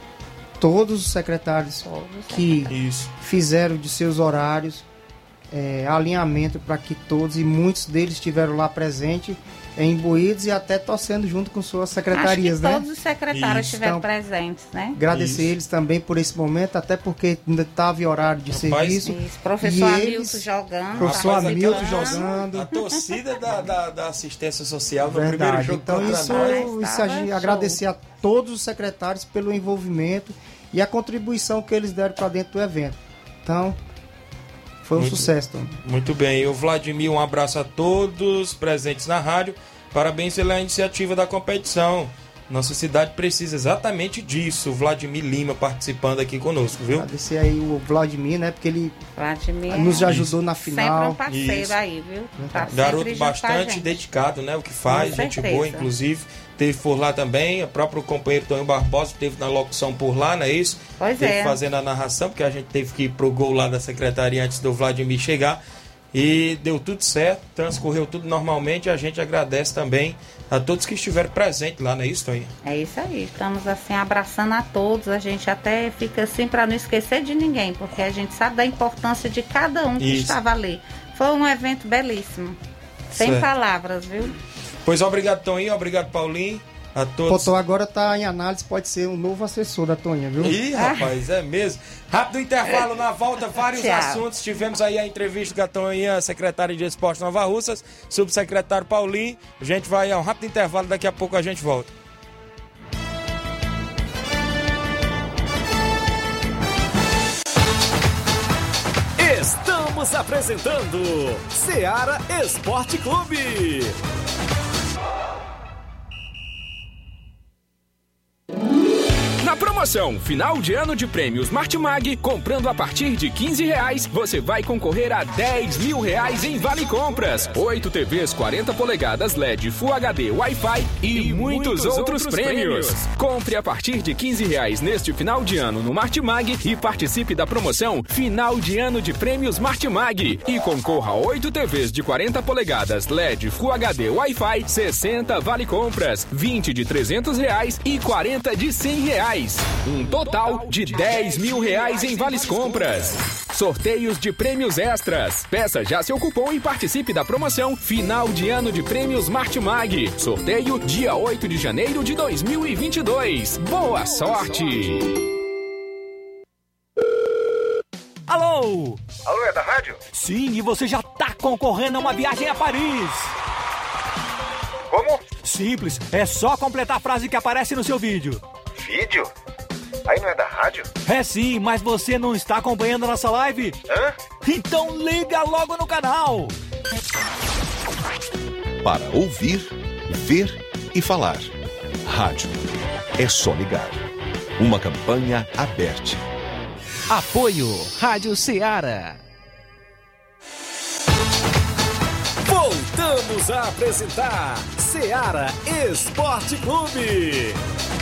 Speaker 10: todos os secretários todos que
Speaker 2: Isso.
Speaker 10: fizeram de seus horários é, alinhamento para que todos, e muitos deles estiveram lá presentes, imbuídos e até torcendo junto com suas secretarias,
Speaker 9: Acho que
Speaker 10: né?
Speaker 9: todos os secretários
Speaker 10: Isso.
Speaker 9: estiveram
Speaker 10: então,
Speaker 9: presentes, né?
Speaker 10: Agradecer
Speaker 2: Isso.
Speaker 10: eles também por esse momento, até porque ainda estava em horário de
Speaker 2: Rapaz,
Speaker 10: serviço.
Speaker 9: Isso. Professor Hamilton jogando.
Speaker 10: Professor
Speaker 9: Rapaz,
Speaker 10: Hamilton
Speaker 9: jogando.
Speaker 10: jogando.
Speaker 2: A torcida da, da, da assistência social no
Speaker 10: Verdade.
Speaker 2: primeiro jogo
Speaker 10: então
Speaker 2: contra
Speaker 10: isso,
Speaker 2: nós.
Speaker 10: isso a gente agradecer a todos os secretários pelo envolvimento e a contribuição que eles deram para dentro do evento. Então, foi um
Speaker 2: muito,
Speaker 10: sucesso, Tom.
Speaker 2: Muito bem. O Vladimir, um abraço a todos presentes na rádio. Parabéns pela iniciativa da competição. Nossa cidade precisa exatamente disso. O Vladimir Lima participando aqui conosco, viu?
Speaker 10: Agradecer aí o Vladimir, né? Porque ele
Speaker 9: Vladimir
Speaker 10: nos ajudou
Speaker 9: isso.
Speaker 10: na final.
Speaker 9: Sempre um parceiro
Speaker 2: Isso.
Speaker 9: aí, viu? Tá
Speaker 2: Garoto bastante dedicado, né? O que faz,
Speaker 9: Com
Speaker 2: gente
Speaker 9: certeza.
Speaker 2: boa, inclusive. Teve por lá também, o próprio companheiro Tonho Barbosa teve na locução por lá, não é isso?
Speaker 9: Pois
Speaker 2: teve
Speaker 9: é.
Speaker 2: fazendo a narração, porque a gente teve que ir pro gol lá da secretaria antes do Vladimir chegar. E deu tudo certo, transcorreu tudo normalmente. A gente agradece também a todos que estiveram presentes lá, não é isso, Toninha?
Speaker 9: É isso aí, estamos assim abraçando a todos. A gente até fica assim para não esquecer de ninguém, porque a gente sabe da importância de cada um que
Speaker 2: isso.
Speaker 9: estava ali. Foi um evento belíssimo, sem
Speaker 2: certo.
Speaker 9: palavras, viu?
Speaker 2: Pois obrigado, Toninho, obrigado, Paulinho. A todos.
Speaker 10: Potó agora tá em análise, pode ser um novo assessor da Toninha, viu?
Speaker 2: Ih, rapaz, é mesmo. Rápido intervalo, na volta, vários
Speaker 9: Tchau.
Speaker 2: assuntos. Tivemos aí a entrevista com a Toninha, secretária de Esporte Nova Russas, subsecretário Paulinho. A gente vai a um rápido intervalo, daqui a pouco a gente volta.
Speaker 1: Estamos apresentando Seara Esporte Clube.
Speaker 11: Na promoção Final de Ano de Prêmios Martimag, comprando a partir de quinze reais, você vai concorrer a dez mil reais em Vale Compras, oito T Vs quarenta polegadas L E D Full H D Wi-Fi e, e muitos, muitos outros, outros prêmios. prêmios. Compre a partir de quinze reais neste final de ano no Martimag e participe da promoção Final de Ano de Prêmios Martimag e concorra a oito T Vs de quarenta polegadas L E D Full H D Wi-Fi, sessenta Vale Compras, vinte de trezentos reais e quarenta de cem reais. Um total de dez mil reais em vales compras. Sorteios de prêmios extras. Peça já seu cupom e participe da promoção Final de Ano de Prêmios Martimag. Sorteio dia oito de janeiro de dois mil e vinte e dois. Boa sorte!
Speaker 12: Alô?
Speaker 5: Alô, é da rádio?
Speaker 12: Sim, e você já tá concorrendo a uma viagem a Paris.
Speaker 5: Como?
Speaker 12: Simples, é só completar a frase que aparece no seu vídeo.
Speaker 5: Vídeo? Aí não é da rádio?
Speaker 12: É sim, mas você não está acompanhando a nossa live?
Speaker 5: Hã?
Speaker 12: Então liga logo no canal!
Speaker 7: Para ouvir, ver e falar. Rádio. É só ligar. Uma campanha aberta.
Speaker 8: Apoio Rádio Ceará.
Speaker 1: Voltamos a apresentar Seara Esporte Clube.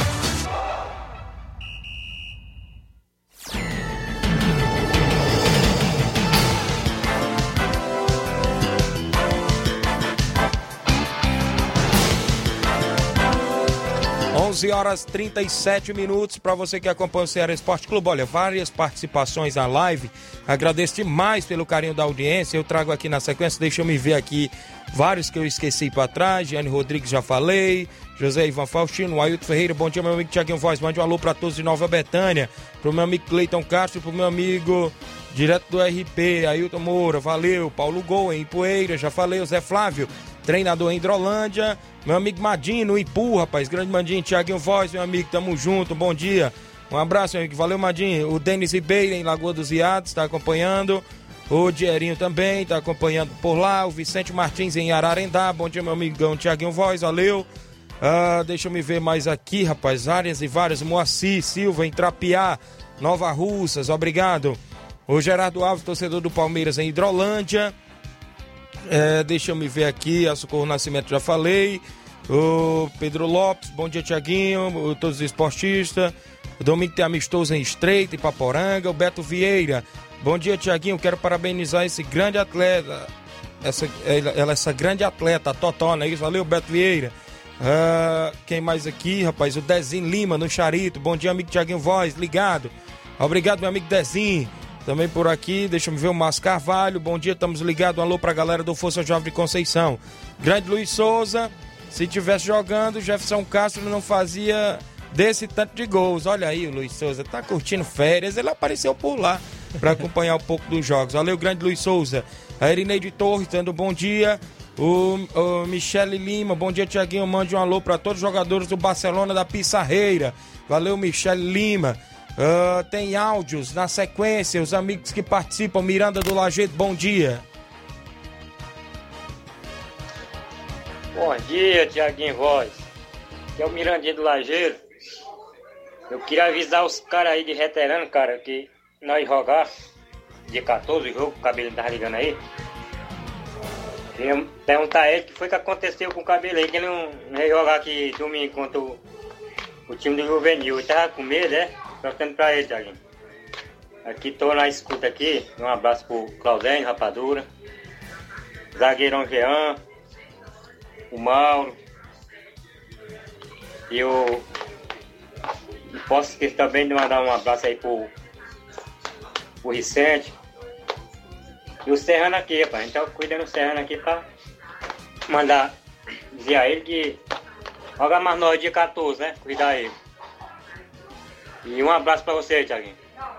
Speaker 2: onze horas e trinta e sete minutos para você que acompanha o Ceará Esporte Clube. Olha, várias participações na live. Agradeço demais pelo carinho da audiência. Eu trago aqui na sequência, deixa eu me ver aqui vários que eu esqueci para trás. Giane Rodrigues já falei. José Ivan Faustino, Ailton Ferreira, bom dia meu amigo Tiaguinho Voz. Mande um alô para todos de Nova Betânia. Pro meu amigo Cleiton Castro, pro meu amigo direto do R P, Ailton Moura, valeu. Paulo Gol em Poeira, já falei. O Zé Flávio, treinador em Hidrolândia. Meu amigo Madinho, no Ipu, rapaz, grande Madinho, Tiaguinho Voz, meu amigo, tamo junto, bom dia. Um abraço, meu amigo, valeu Madinho. O Denis Ribeiro em Lagoa dos Iados, tá acompanhando. O Dierinho também, tá acompanhando por lá. O Vicente Martins em Ararendá, bom dia, meu amigão Tiaguinho Voz, valeu. Ah, deixa eu me ver mais aqui, rapaz, várias e várias. Moacir Silva em Trapiá, Nova Russas, obrigado. O Gerardo Alves, torcedor do Palmeiras em Hidrolândia. É, deixa eu me ver aqui, a Socorro Nascimento já falei. O Pedro Lopes, bom dia Tiaguinho, todos os esportistas. O Domingo tem amistoso em Estreita, Ipaporanga. O Beto Vieira, bom dia Tiaguinho, quero parabenizar esse grande atleta, essa, ela, essa grande atleta, a Totó, não é isso? Valeu Beto Vieira. Ah, quem mais aqui, rapaz? O Dezinho Lima no Charito, bom dia amigo Tiaguinho Voz, ligado. Obrigado meu amigo Dezinho. Também por aqui, deixa eu ver o Márcio Carvalho, bom dia, estamos ligados, um alô pra galera do Força Jovem de Conceição. Grande Luiz Souza, se tivesse jogando, Jefferson Castro não fazia desse tanto de gols. Olha aí o Luiz Souza, tá curtindo férias, ele apareceu por lá para acompanhar um pouco dos jogos. Valeu, grande Luiz Souza. A Erineide Torres, dando bom dia. O, o Michele Lima, bom dia Tiaguinho, mande um alô para todos os jogadores do Barcelona da Pissarreira. Valeu, Michele Lima. Uh, tem áudios na sequência, os amigos que participam. Miranda do Lajeado, bom dia.
Speaker 13: Bom dia, Tiaguinho Voz. Aqui é o Mirandinho do Lajeado. Eu queria avisar os caras aí de veterano, cara, que nós jogar dia quatorze, o jogo, o cabelo tava ligando aí. Queria perguntar a ele o que foi que aconteceu com o cabelo aí, que ele não, não ia jogar aqui domingo contra o, o time do Juvenil. Ele tava com medo, né? Torcendo pra ele, Tiaguinho. Aqui tô na escuta aqui. Um abraço pro Claudênio, Rapadura. Zagueirão Jean. O Mauro. E eu não posso esquecer também de mandar um abraço aí pro, pro Vicente. E o Serrano aqui, rapaz. Então cuida do Serrano aqui pra mandar dizer a ele que joga mais nós dia quatorze, né? Cuidar ele. E um abraço pra você, Thiaguinho.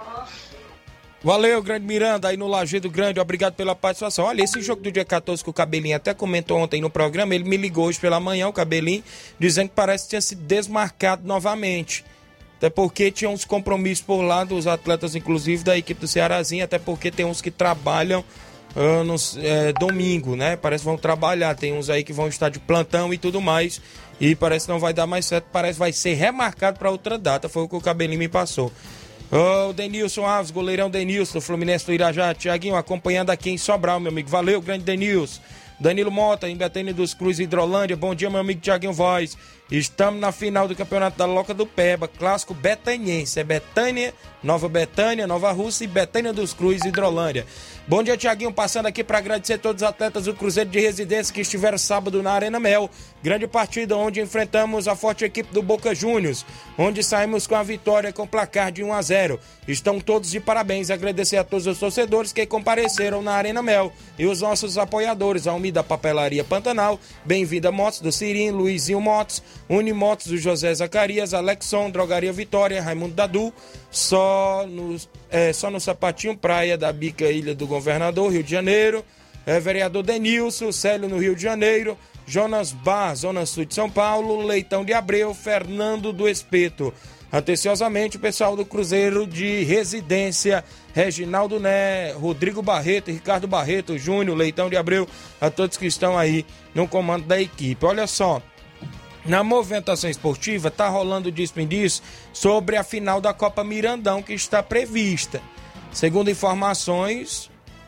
Speaker 2: Valeu, Grande Miranda, aí no Lajeado Grande, obrigado pela participação. Olha, esse jogo do dia quatorze que o Cabelinho até comentou ontem no programa, ele me ligou hoje pela manhã, o Cabelinho, dizendo que parece que tinha sido desmarcado novamente. Até porque tinha uns compromissos por lá dos atletas, inclusive da equipe do Cearazinho, até porque tem uns que trabalham uh, no, é, domingo, né? Parece que vão trabalhar, tem uns aí que vão estar de plantão e tudo mais, e parece que não vai dar mais certo, parece que vai ser remarcado para outra data, foi o que o Cabelinho me passou. O oh, Denilson Alves, goleirão Denilson, do Fluminense do Irajá. Tiaguinho acompanhando aqui em Sobral, meu amigo. Valeu, grande Denilson. Danilo Mota, em Betânia dos Cruz, Hidrolândia. Bom dia, meu amigo Tiaguinho Voz. Estamos na final do Campeonato da Loca do Peba, clássico betaniense. É Betânia, Nova Betânia, Nova Rússia e Betânia dos Cruz, Hidrolândia. Bom dia, Tiaguinho, passando aqui para agradecer a todos os atletas do Cruzeiro de Residência que estiveram sábado na Arena Mel. Grande partida onde enfrentamos a forte equipe do Boca Juniors, onde saímos com a vitória com placar de um a zero. Estão todos de parabéns. Agradecer a todos os torcedores que compareceram na Arena Mel e os nossos apoiadores, a Umida Papelaria Pantanal, Bem-vinda Motos do Cirim, Luizinho Motos, Unimotos do José Zacarias, Alexson, Drogaria Vitória, Raimundo Dadu, só no, é, só no Sapatinho Praia da Bica Ilha do Governador, Rio de Janeiro, é, vereador Denilson, Célio no Rio de Janeiro, Jonas Bar, Zona Sul de São Paulo, Leitão de Abreu, Fernando do Espeto. Atenciosamente, o pessoal do Cruzeiro de Residência, Reginaldo Né, Rodrigo Barreto, Ricardo Barreto, Júnior, Leitão de Abreu, a todos que estão aí no comando da equipe. Olha só, na movimentação esportiva está rolando disso sobre a final da Copa Mirandão que está prevista. Segundo informações,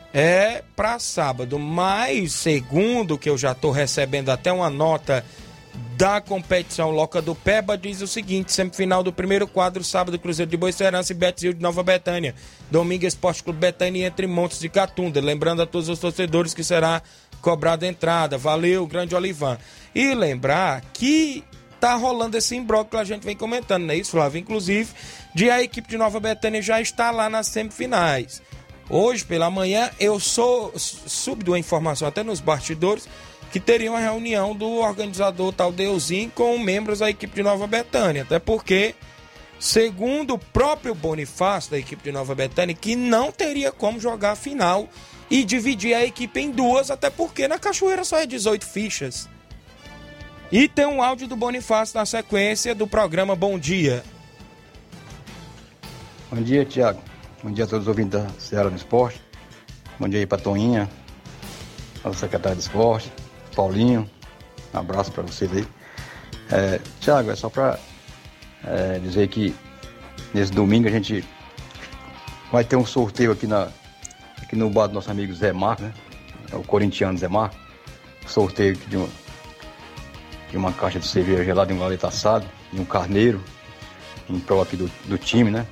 Speaker 2: é para sábado, mas segundo que eu já estou recebendo até uma nota da competição Loca do Peba, diz o seguinte: semifinal do primeiro quadro, sábado, Cruzeiro de Boicerança e Betzil de Nova Betânia, domingo Esporte Clube Betânia entre Montes de Catunda, lembrando a todos os torcedores que será cobrada a entrada. Valeu, grande Olivan. E lembrar que tá rolando esse imbróglio que a gente vem comentando, não é isso, Flávio? Inclusive, de a equipe de Nova Betânia já está lá nas semifinais. Hoje, pela manhã, eu sou soube de uma informação até nos bastidores que teria uma reunião do organizador Taldeuzinho com membros da equipe de Nova Betânia, até porque, segundo o próprio Bonifácio da equipe de Nova Betânia, que não teria como jogar a final e dividir a equipe em duas, até porque na Cachoeira só é dezoito fichas. E tem um áudio do Bonifácio na sequência do programa Bom Dia.
Speaker 14: Bom dia, Tiago. Bom dia a todos os ouvintes da Ceará do Esporte. Bom dia aí pra Toninha, nosso secretário de Esporte, Paulinho. Um abraço pra vocês aí. É, Tiago, é só pra é, dizer que nesse domingo a gente vai ter um sorteio aqui, na, aqui no bar do nosso amigo Zé Marco, né? É o corintiano Zé Marco. Sorteio de uma, de uma caixa de cerveja gelada e um galeto assado e um carneiro em prol aqui do, do time, né?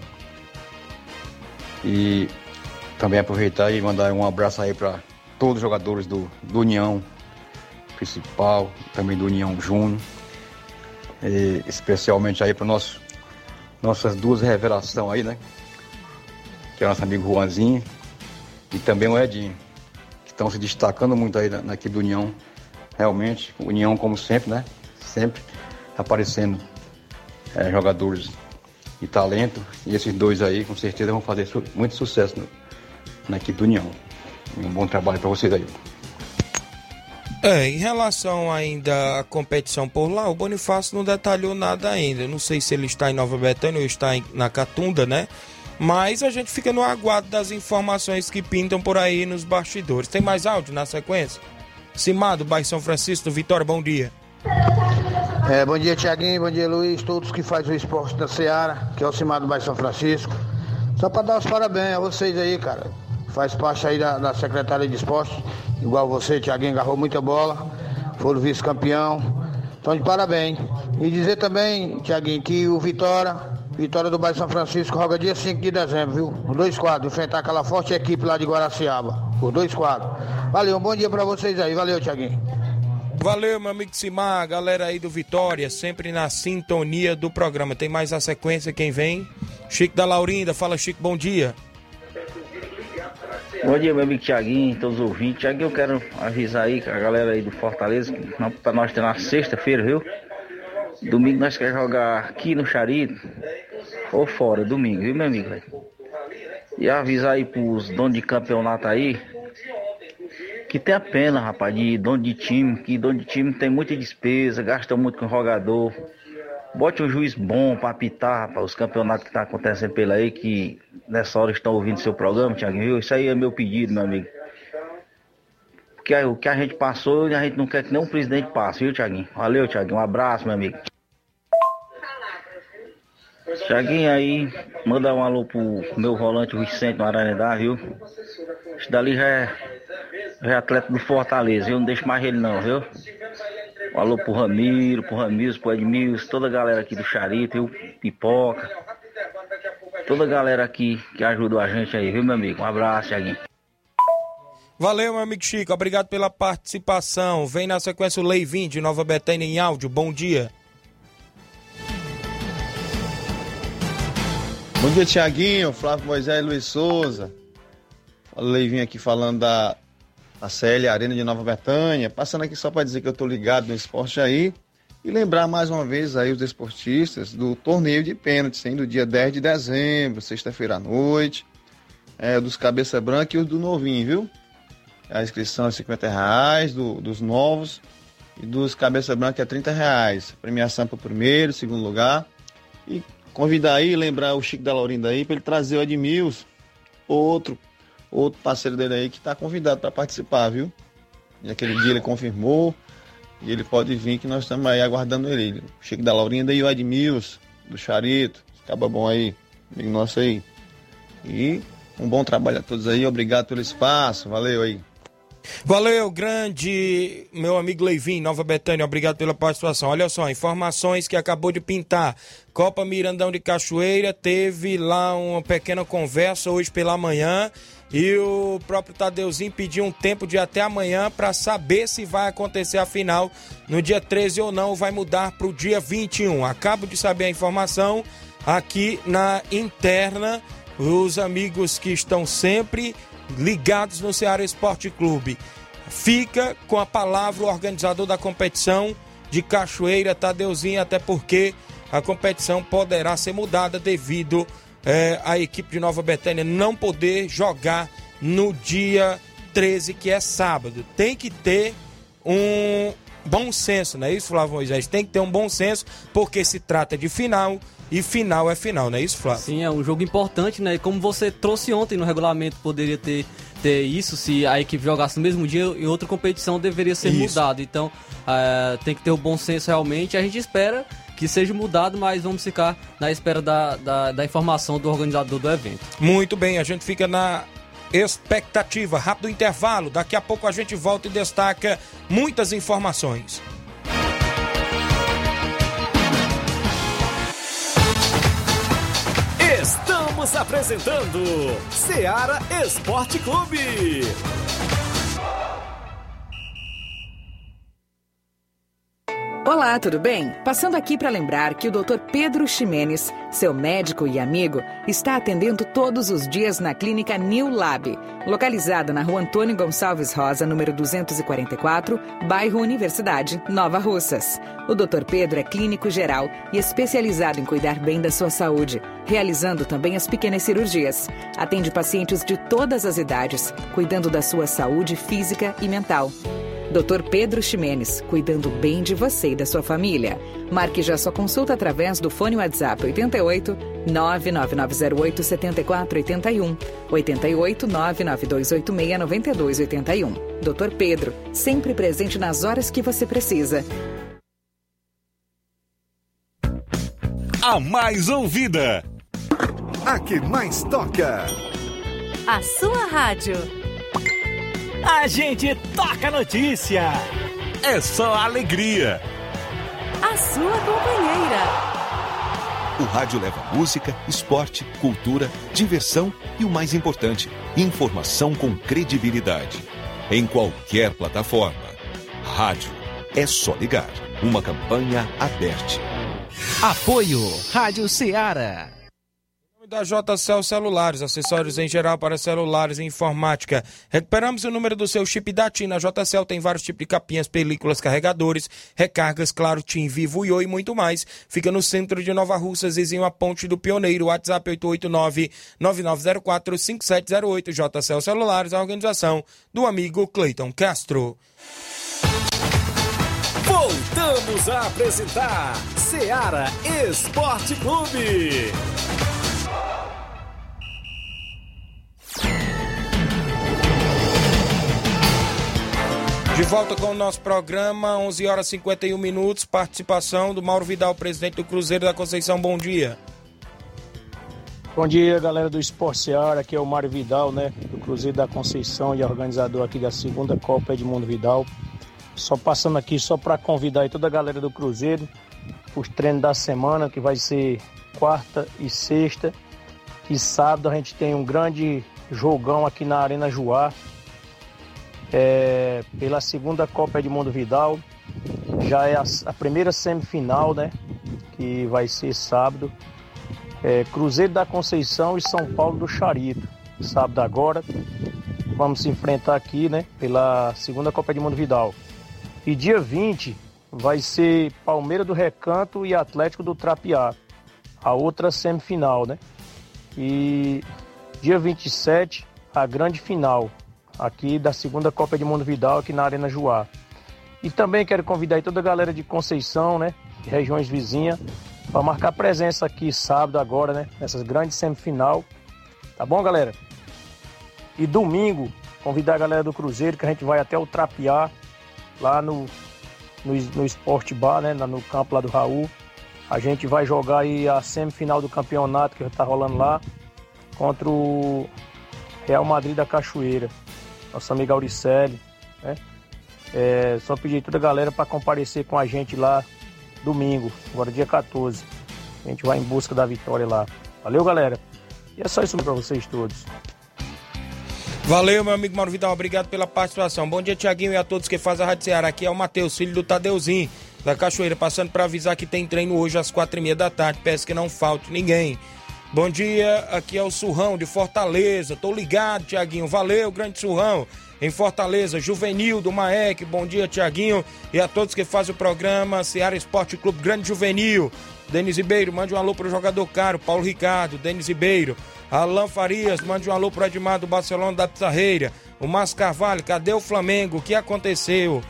Speaker 14: E também aproveitar e mandar um abraço aí para todos os jogadores do, do União Principal, também do União Júnior, e especialmente aí para nosso nossas duas revelações aí, né? Que é o nosso amigo Juanzinho e também o Edinho, que estão se destacando muito aí na, na equipe do União. Realmente, União como sempre, né? Sempre aparecendo é, jogadores e talento, e esses dois aí com certeza vão fazer su- muito sucesso no, na equipe do União. E um bom trabalho para vocês aí.
Speaker 2: É, em relação ainda à competição por lá, o Bonifácio não detalhou nada ainda. Eu não sei se ele está em Nova Betânia ou está em, na Catunda, né? Mas a gente fica no aguardo das informações que pintam por aí nos bastidores. Tem mais áudio na sequência? Simado, bairro São Francisco, do Vitória, bom dia.
Speaker 15: É, bom dia, Tiaguinho, bom dia, Luiz, todos que fazem o esporte da Ceará, que é o Simado bairro São Francisco. Só para dar os parabéns a vocês aí, cara. Faz parte aí da, da Secretaria de Esporte, igual você, Tiaguinho, agarrou muita bola, foram vice-campeão. Então, de parabéns. E dizer também, Tiaguinho, que o Vitória, Vitória do bairro São Francisco, joga dia cinco de dezembro, viu? Os dois quadros, enfrentar aquela forte equipe lá de Guaraciaba. Os dois quadros. Valeu, um bom dia para vocês aí. Valeu, Tiaguinho.
Speaker 2: Valeu, meu amigo Simar, galera aí do Vitória, sempre na sintonia do programa. Tem mais a sequência, quem vem? Chico da Laurinda, fala Chico, bom dia.
Speaker 16: Bom dia, meu amigo Thiaguinho, todos os ouvintes. Thiaguinho, eu quero avisar aí a galera aí do Fortaleza, que para nós ter na sexta-feira, viu? Domingo nós queremos jogar aqui no Charito ou fora, domingo, viu, meu amigo? Véio? E avisar aí pros donos de campeonato aí, que tem a pena, rapaz, de dono de time, que dono de time tem muita despesa, gasta muito com o jogador. Bote um juiz bom pra apitar, rapaz, os campeonatos que tá acontecendo pela aí, que nessa hora estão ouvindo seu programa, Thiaguinho, viu? Isso aí é meu pedido, meu amigo. Porque o que a gente passou, a gente não quer que nenhum presidente passe, viu, Thiaguinho? Valeu, Thiaguinho, um abraço, meu amigo. Thiaguinho, aí, manda um alô pro meu volante, o Vicente, no Aranedá, viu? Esse dali já é, já é atleta do Fortaleza, eu não deixo mais ele não, viu? Um alô pro Ramiro, pro Ramiro, pro Edmilson, toda a galera aqui do Charito, viu? Pipoca. Toda a galera aqui que ajudou a gente aí, viu, meu amigo? Um abraço, Thiaguinho.
Speaker 2: Valeu, meu amigo Chico, obrigado pela participação. Vem na sequência o Leivin de Nova Betânia em áudio, bom dia.
Speaker 17: Bom dia, Thiaguinho, Flávio Moisés e Luiz Souza. O Leivin aqui falando da, da C L Arena de Nova Betânia. Passando aqui só para dizer que eu tô ligado no esporte aí. E lembrar mais uma vez aí os desportistas do torneio de pênaltis, hein, do dia dez de dezembro, sexta-feira à noite. É, dos cabeça branca e os do novinho, viu? A inscrição é cinquenta reais, do, dos novos. E dos cabeça branca é trinta reais. Premiação para o primeiro, segundo lugar. E convidar aí, lembrar o Chico da Laurinda aí, para ele trazer o Edmilson, outro, outro parceiro dele aí que está convidado para participar, viu? E aquele dia ele confirmou, e ele pode vir, que nós estamos aí aguardando ele. O Chico da Laurinda e o Edmilson, do Charito, acaba bom aí, amigo nosso aí. E um bom trabalho a todos aí, obrigado pelo espaço, valeu aí.
Speaker 2: Valeu, grande meu amigo Leivin, Nova Betânia, obrigado pela participação. Olha só, informações que acabou de pintar. Copa Mirandão de Cachoeira teve lá uma pequena conversa hoje pela manhã e o próprio Tadeuzinho pediu um tempo de até amanhã para saber se vai acontecer a final no dia treze ou não, ou vai mudar para o dia vinte e um. Acabo de saber a informação aqui na interna, os amigos que estão sempre ligados no Ceará Esporte Clube. Fica com a palavra o organizador da competição de Cachoeira, Tadeuzinho, até porque a competição poderá ser mudada devido é, à equipe de Nova Betânia não poder jogar no dia treze, que é sábado. Tem que ter um bom senso, não é isso, Flávio Moisés? Tem que ter um bom senso, porque se trata de final, e final é final, não é isso, Flávio?
Speaker 3: Sim, é um jogo importante, né? Como você trouxe ontem no regulamento, poderia ter, ter isso, se a equipe jogasse no mesmo dia e outra competição deveria ser isso. mudada. Então, é, tem que ter o bom senso realmente. A gente espera que seja mudado, mas vamos ficar na espera da, da, da informação do organizador do evento.
Speaker 2: Muito bem, a gente fica na expectativa. Rápido intervalo, daqui a pouco a gente volta e destaca muitas informações.
Speaker 1: Estamos apresentando Ceará Esporte Clube.
Speaker 18: Olá, tudo bem? Passando aqui para lembrar que o doutor Pedro Ximenes, seu médico e amigo, está atendendo todos os dias na clínica New Lab, localizada na rua Antônio Gonçalves Rosa, número duzentos e quarenta e quatro, bairro Universidade, Nova Russas. O doutor Pedro é clínico geral e especializado em cuidar bem da sua saúde, realizando também as pequenas cirurgias. Atende pacientes de todas as idades, cuidando da sua saúde física e mental. doutor Pedro Ximenes, cuidando bem de você e da sua família. Marque já sua consulta através do fone WhatsApp oito oito, nove nove nove zero oito, sete quatro oito um, oito oito, nove nove dois oito seis, nove dois oito um. doutor Pedro, sempre presente nas horas que você precisa.
Speaker 19: A mais ouvida, a que mais toca,
Speaker 6: a sua rádio.
Speaker 12: A gente toca a notícia.
Speaker 19: É só alegria.
Speaker 6: A sua companheira.
Speaker 7: O rádio leva música, esporte, cultura, diversão e o mais importante, informação com credibilidade. Em qualquer plataforma. Rádio é só ligar. Uma campanha aberta.
Speaker 8: Apoio Rádio Ceará.
Speaker 2: da J C L Celulares, acessórios em geral para celulares e informática. Recuperamos o número do seu chip da TIM. Na J C L tem vários tipos de capinhas, películas, carregadores, recargas, claro, TIM, Vivo, Oi e muito mais. Fica no centro de Nova Russas, vizinho à Ponte do Pioneiro. WhatsApp oito oito nove, nove nove zero quatro, cinco sete zero oito. J C L Celulares, a organização do amigo Cleiton Castro.
Speaker 1: Voltamos a apresentar Seara Esporte Clube.
Speaker 2: De volta com o nosso programa, onze horas e cinquenta e um minutos, participação do Mauro Vidal, presidente do Cruzeiro da Conceição. Bom dia.
Speaker 20: Bom dia, galera do Esporte Seara, aqui é o Mário Vidal, né, do Cruzeiro da Conceição e organizador aqui da segunda Copa Edmundo Vidal. Só passando aqui só para convidar aí toda a galera do Cruzeiro os treinos da semana, que vai ser quarta e sexta. E sábado a gente tem um grande jogão aqui na Arena Juá, é, pela segunda Copa Edmundo Vidal. Já é a, a primeira semifinal, né, que vai ser sábado. É, Cruzeiro da Conceição e São Paulo do Charito. Sábado agora vamos se enfrentar aqui, né, pela segunda Copa Edmundo Vidal. E dia vinte vai ser Palmeiras do Recanto e Atlético do Trapiá, a outra semifinal, né? E dia vinte e sete, a grande final aqui da segunda Copa Edmundo Vidal aqui na Arena Juá. E também quero convidar aí toda a galera de Conceição, né, de regiões vizinhas, para marcar presença aqui sábado agora, né, nessas grandes semifinal. Tá bom, galera? E domingo, convidar a galera do Cruzeiro, que a gente vai até o Trapiá, lá no, no, no Sport Bar, né, no campo lá do Raul. A gente vai jogar aí a semifinal do campeonato que já tá rolando lá, contra o Real Madrid da Cachoeira, nosso amigo Auricelli, né? É, só pedir toda a galera para comparecer com a gente lá domingo, agora dia quatorze. A gente vai em busca da vitória lá. Valeu, galera. E é só isso para vocês todos.
Speaker 2: Valeu, meu amigo Mauro Vidal, obrigado pela participação. Bom dia, Tiaguinho, e a todos que fazem a Rádio Ceará. Aqui é o Matheus, filho do Tadeuzinho, da Cachoeira, passando para avisar que tem treino hoje às quatro e meia da tarde. Peço que não falte ninguém. Bom dia, aqui é o Surrão de Fortaleza. Tô ligado, Tiaguinho. Valeu, grande Surrão. Em Fortaleza, Juvenil do Maek. Bom dia, Tiaguinho, e a todos que fazem o programa Ceará Esporte Clube Grande Juvenil. Denis Ribeiro, mande um alô pro jogador caro. Paulo Ricardo, Denis Ribeiro. Alan Farias, mande um alô pro Edmar do Barcelona da Pizarreira. O Márcio Carvalho, cadê o Flamengo? O que aconteceu?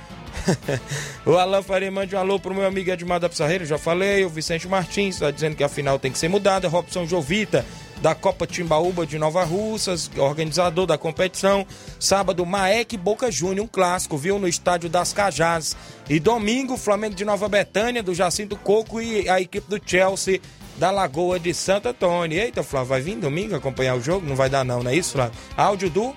Speaker 2: O Alan Farias, mande um alô pro meu amigo Edmar da Pizarreira, já falei. O Vicente Martins está dizendo que a final tem que ser mudada. Robson Jovita, da Copa Timbaúba de Nova Russas, organizador da competição. Sábado, Maek Boca Júnior, um clássico, viu, no estádio das Cajás. E domingo, Flamengo de Nova Betânia, do Jacinto Coco, e a equipe do Chelsea da Lagoa de Santo Antônio. Eita, Flávio, vai vir domingo acompanhar o jogo? Não vai dar não, não é isso, Flávio? Áudio do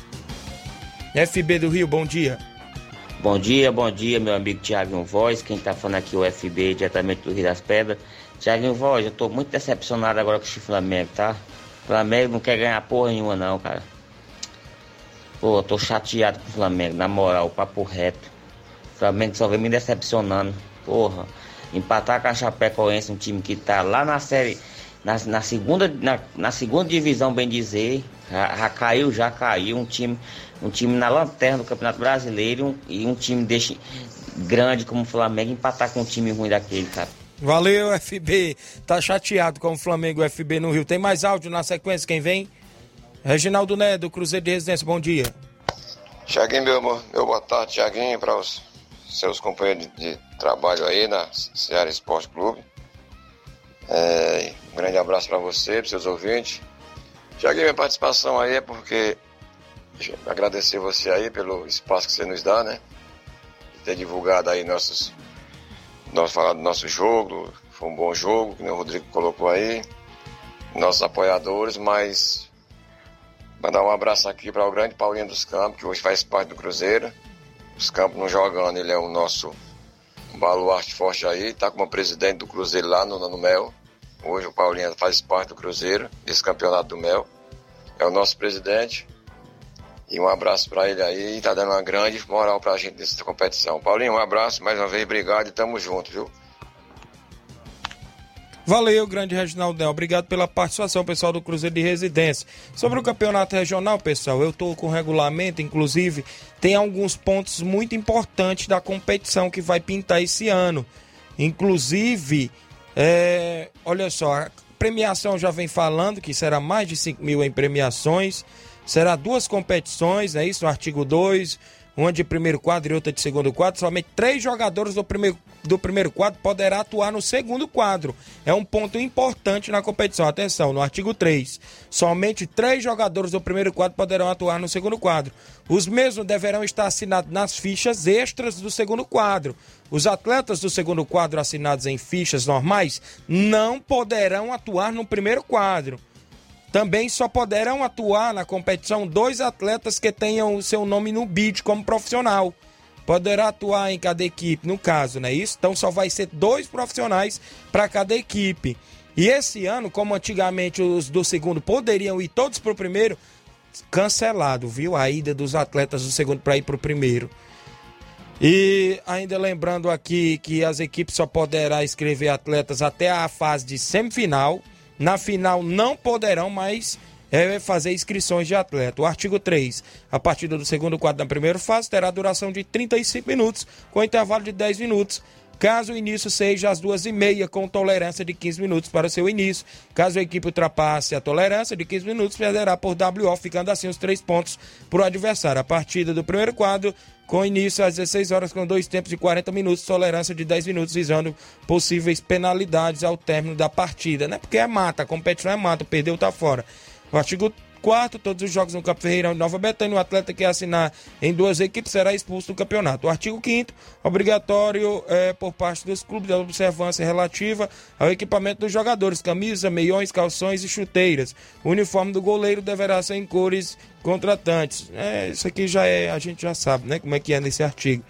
Speaker 2: F B do Rio, bom dia.
Speaker 21: Bom dia, bom dia, meu amigo Thiaguinho Voz. Quem tá falando aqui é o F B, diretamente do Rio das Pedras. Thiaguinho Voz, eu tô muito decepcionado agora com esse Flamengo, tá? O Flamengo não quer ganhar porra nenhuma não, cara. Pô, eu tô chateado com o Flamengo, na moral, papo reto. O Flamengo só vem me decepcionando, porra. Empatar com a Chapecoense, um time que tá lá na série, na, na, segunda, na, na segunda divisão, bem dizer, já, já caiu, já caiu, um time, um time na lanterna do Campeonato Brasileiro e um time desse grande como o Flamengo empatar com um time ruim daquele, cara.
Speaker 2: Valeu, F B, tá chateado com o Flamengo, F B no Rio. Tem mais áudio na sequência, quem vem? Reginaldo Neto, do Cruzeiro de Residência, bom dia.
Speaker 22: Thiaguinho, meu, meu boa tarde, Thiaguinho, para os seus companheiros de, de trabalho aí na Ceará Esporte Clube. É, um grande abraço para você, para seus ouvintes. Thiaguinho, minha participação aí é porque agradecer você aí pelo espaço que você nos dá, né? De ter divulgado aí nossos, nós falar do nosso jogo, foi um bom jogo, que o Rodrigo colocou aí, nossos apoiadores, mas mandar um abraço aqui para o grande Paulinho dos Campos, que hoje faz parte do Cruzeiro. Os Campos não jogando, ele é o nosso baluarte forte aí, tá como presidente do Cruzeiro lá no, no Mel. Hoje o Paulinho faz parte do Cruzeiro, desse campeonato do Mel. É o nosso presidente. E um abraço para ele aí, e tá dando uma grande moral pra gente nessa competição. Paulinho, um abraço, mais uma vez, obrigado e tamo junto, viu?
Speaker 2: Valeu, grande Reginaldão. Obrigado pela participação, pessoal do Cruzeiro de Residência. Sobre o campeonato regional, pessoal, eu estou com o regulamento, inclusive, tem alguns pontos muito importantes da competição que vai pintar esse ano. Inclusive, é, olha só, a premiação já vem falando que será mais de cinco mil em premiações. Será duas competições, é isso? No artigo dois, uma de primeiro quadro e outra de segundo quadro. Somente três jogadores do primeiro, do primeiro quadro poderá atuar no segundo quadro. É um ponto importante na competição. Atenção, no artigo três, somente três jogadores do primeiro quadro poderão atuar no segundo quadro. Os mesmos deverão estar assinados nas fichas extras do segundo quadro. Os atletas do segundo quadro assinados em fichas normais não poderão atuar no primeiro quadro. Também só poderão atuar na competição dois atletas que tenham o seu nome no B I D como profissional. Poderá atuar em cada equipe, no caso, não é isso? Então só vai ser dois profissionais para cada equipe. E esse ano, como antigamente os do segundo poderiam ir todos para o primeiro, cancelado, viu? A ida dos atletas do segundo para ir para o primeiro. E ainda lembrando aqui que as equipes só poderão inscrever atletas até a fase de semifinal. Na final não poderão mais é, fazer inscrições de atleta. O artigo três, a partida do segundo quadro na primeira fase terá duração de trinta e cinco minutos, com intervalo de dez minutos. Caso o início seja às duas e meia, com tolerância de quinze minutos para o seu início. Caso a equipe ultrapasse a tolerância de quinze minutos, perderá por W O, ficando assim os três pontos para o adversário. A partida do primeiro quadro, com início às dezesseis horas, com dois tempos de quarenta minutos, tolerância de dez minutos, visando possíveis penalidades ao término da partida, né? Porque é mata, a competição é mata, perdeu, tá fora. O artigo quarto, todos os jogos no Campo Ferreirão de Nova Betânia, o atleta que assinar em duas equipes será expulso do campeonato. O artigo quinto, obrigatório é, por parte dos clubes, a observância relativa ao equipamento dos jogadores, camisa, meiões, calções e chuteiras. O uniforme do goleiro deverá ser em cores contratantes. É, isso aqui já é, a gente já sabe, né, como é que é nesse artigo.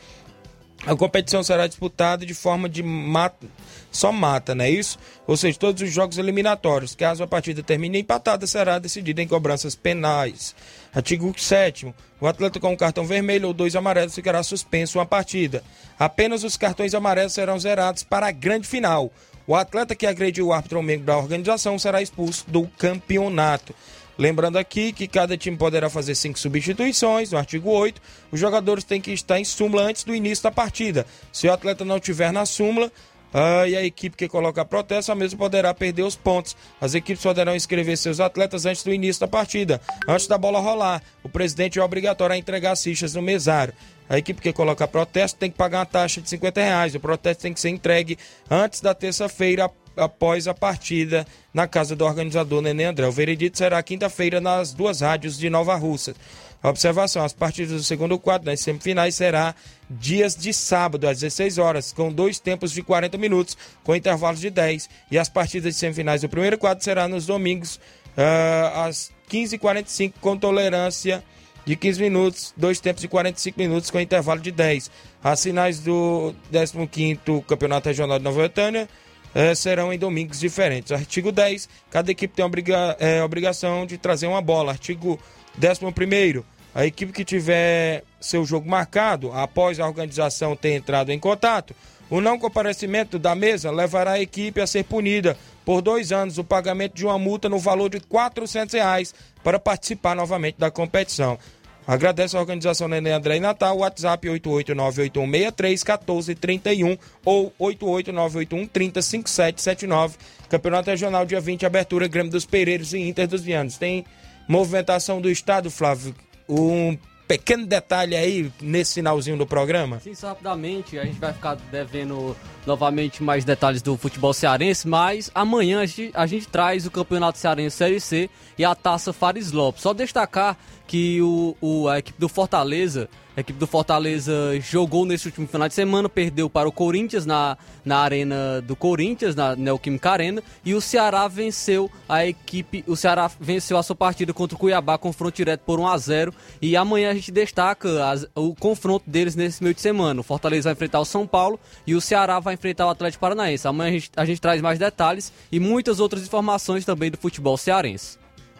Speaker 2: A competição será disputada de forma de mata, só mata, não é isso? Ou seja, todos os jogos eliminatórios. Caso a partida termine empatada, será decidida em cobranças penais. Artigo sétimo. O atleta com um cartão vermelho ou dois amarelos ficará suspenso uma partida. Apenas os cartões amarelos serão zerados para a grande final. O atleta que agrediu o árbitro ou membro da organização será expulso do campeonato. Lembrando aqui que cada time poderá fazer cinco substituições. No artigo oito, os jogadores têm que estar em súmula antes do início da partida. Se o atleta não estiver na súmula, ah, e a equipe que coloca protesto, a mesma poderá perder os pontos. As equipes poderão inscrever seus atletas antes do início da partida, antes da bola rolar. O presidente é obrigatório a entregar as fichas no mesário. A equipe que coloca protesto tem que pagar uma taxa de cinquenta reais. O protesto tem que ser entregue antes da terça-feira, após a partida, na casa do organizador Nenê André. O veredito será quinta-feira nas duas rádios de Nova Russa. A observação, as partidas do segundo quadro nas semifinais será dias de sábado às dezesseis horas, com dois tempos de quarenta minutos, com intervalos de dez, e as partidas de semifinais do primeiro quadro será nos domingos uh, às quinze e quarenta e cinco, com tolerância de quinze minutos, dois tempos de quarenta e cinco minutos, com intervalo de dez. As finais do décimo quinto Campeonato Regional de Nova Betânia É, serão em domingos diferentes. Artigo dez, cada equipe tem a obriga, é, obrigação de trazer uma bola. Artigo décimo primeiro, a equipe que tiver seu jogo marcado após a organização ter entrado em contato, o não comparecimento da mesa levará a equipe a ser punida por dois anos o pagamento de uma multa no valor de quatrocentos reais para participar novamente da competição. Agradeço a organização Nenê André e Natal, WhatsApp oito oito nove oito um seis três um quatro três um ou oito oito nove oito um três zero cinco sete sete nove. Campeonato Regional dia vinte, abertura Grêmio dos Pereiros e Inter dos Vianos. Tem movimentação do estado, Flávio? Um pequeno detalhe aí nesse finalzinho do programa?
Speaker 3: Sim, só rapidamente, a gente vai ficar devendo novamente mais detalhes do futebol cearense, mas amanhã a gente, a gente traz o Campeonato Cearense Série C e a Taça Fares Lopes. Só destacar que o, o, a equipe do Fortaleza, a equipe do Fortaleza jogou nesse último final de semana, perdeu para o Corinthians na, na arena do Corinthians, na Neoquímica Arena, e o Ceará venceu a equipe, o Ceará venceu a sua partida contra o Cuiabá, confronto direto por um a zero, e amanhã a gente destaca as, o confronto deles nesse meio de semana. O Fortaleza vai enfrentar o São Paulo e o Ceará vai enfrentar o Atlético Paranaense. Amanhã a gente, a gente traz mais detalhes e muitas outras informações também do futebol cearense.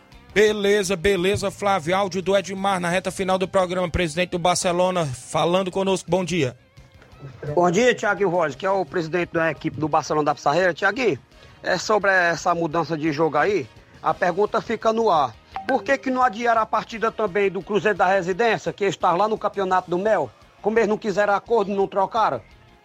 Speaker 2: Beleza, beleza, Flávio. Áudio do Edmar na reta final do programa. Presidente do Barcelona falando conosco. Bom dia.
Speaker 4: Bom dia, Thiago Rosa, que é o presidente da equipe do Barcelona da Pissarreira. Thiago, é sobre essa mudança de jogo aí, a pergunta fica no ar. Por que que não adiaram a partida também do Cruzeiro da Residência, que está lá no Campeonato do Mel? Como eles não quiseram acordo, não trocaram?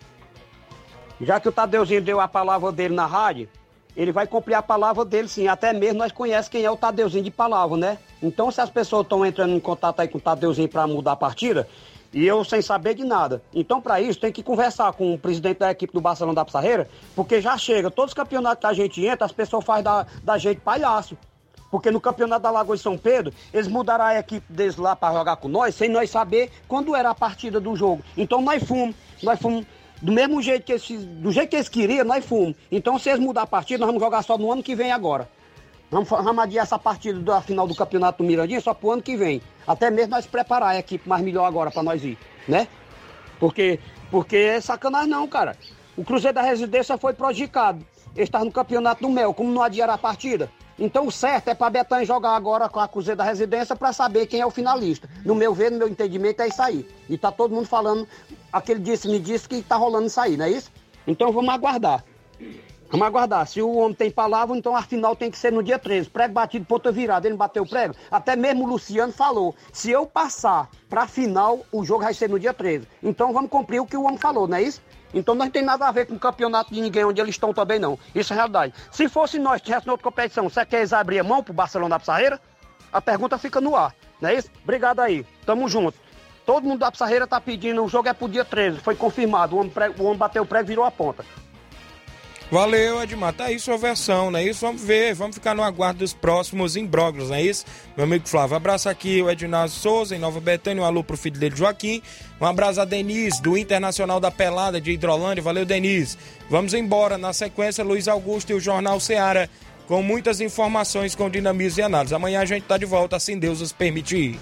Speaker 4: Já que o Tadeuzinho deu a palavra dele na rádio, ele vai cumprir a palavra dele sim. Até mesmo nós conhecemos quem é o Tadeuzinho de palavra, né? Então se as pessoas estão entrando em contato aí com o Tadeuzinho para mudar a partida, e eu sem saber de nada. Então para isso tem que conversar com o presidente da equipe do Barcelona da Pissarreira, porque já chega, todos os campeonatos que a gente entra, as pessoas fazem da, da gente palhaço. Porque no campeonato da Lagoa de São Pedro, eles mudaram a equipe deles lá para jogar com nós, sem nós saber quando era a partida do jogo. Então nós fomos, nós fomos do mesmo jeito que eles, do jeito que eles queriam, nós fomos. Então se eles mudar a partida, nós vamos jogar só no ano que vem agora. Vamos, vamos adiar essa partida da final do campeonato do Mirandinha só pro ano que vem. Até mesmo nós preparar a equipe mais melhor agora para nós ir, né? Porque, porque é sacanagem não, cara. O Cruzeiro da Residência foi prejudicado. Ele estava no campeonato do Mel, como não adiaram a partida? Então o certo é para Betânia jogar agora com a Cruzeiro da Residência para saber quem é o finalista. No meu ver, no meu entendimento, é isso aí. E tá todo mundo falando, aquele disse, me disse que tá rolando isso aí, não é isso? Então vamos aguardar. Vamos aguardar. Se o homem tem palavra, então a final tem que ser no dia treze. Prego batido, ponta virada. Ele não bateu o prego? Até mesmo o Luciano falou. Se eu passar pra final, o jogo vai ser no dia treze. Então vamos cumprir o que o homem falou, não é isso? Então não tem nada a ver com o campeonato de ninguém onde eles estão também não. Isso é realidade. Se fosse nós que tivesse na outra competição, você quer eles abrir a mão pro Barcelona da Pissarreira? A pergunta fica no ar, não é isso? Obrigado aí. Tamo junto. Todo mundo da Pissarreira tá pedindo, o jogo é pro dia treze. Foi confirmado. O homem, prego, o homem bateu o prego e virou a ponta.
Speaker 2: Valeu, Edmar. Tá aí sua versão, não é isso? Vamos ver, vamos ficar no aguardo dos próximos imbróglios, não é isso? Meu amigo Flávio, abraço aqui o Ednardo Souza, em Nova Betânia, um alô pro filho dele, Joaquim. Um abraço a Denise, do Internacional da Pelada, de Hidrolândia. Valeu, Denise. Vamos embora. Na sequência, Luiz Augusto e o Jornal Ceará, com muitas informações, com dinamismo e análise. Amanhã a gente tá de volta, assim Deus nos permitir.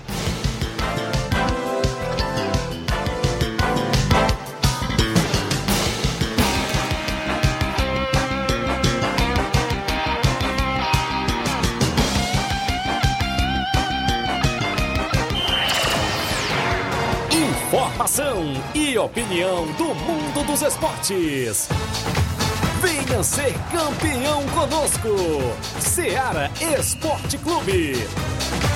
Speaker 1: Informação e opinião do mundo dos esportes. Venha ser campeão conosco. Ceará Esporte Clube.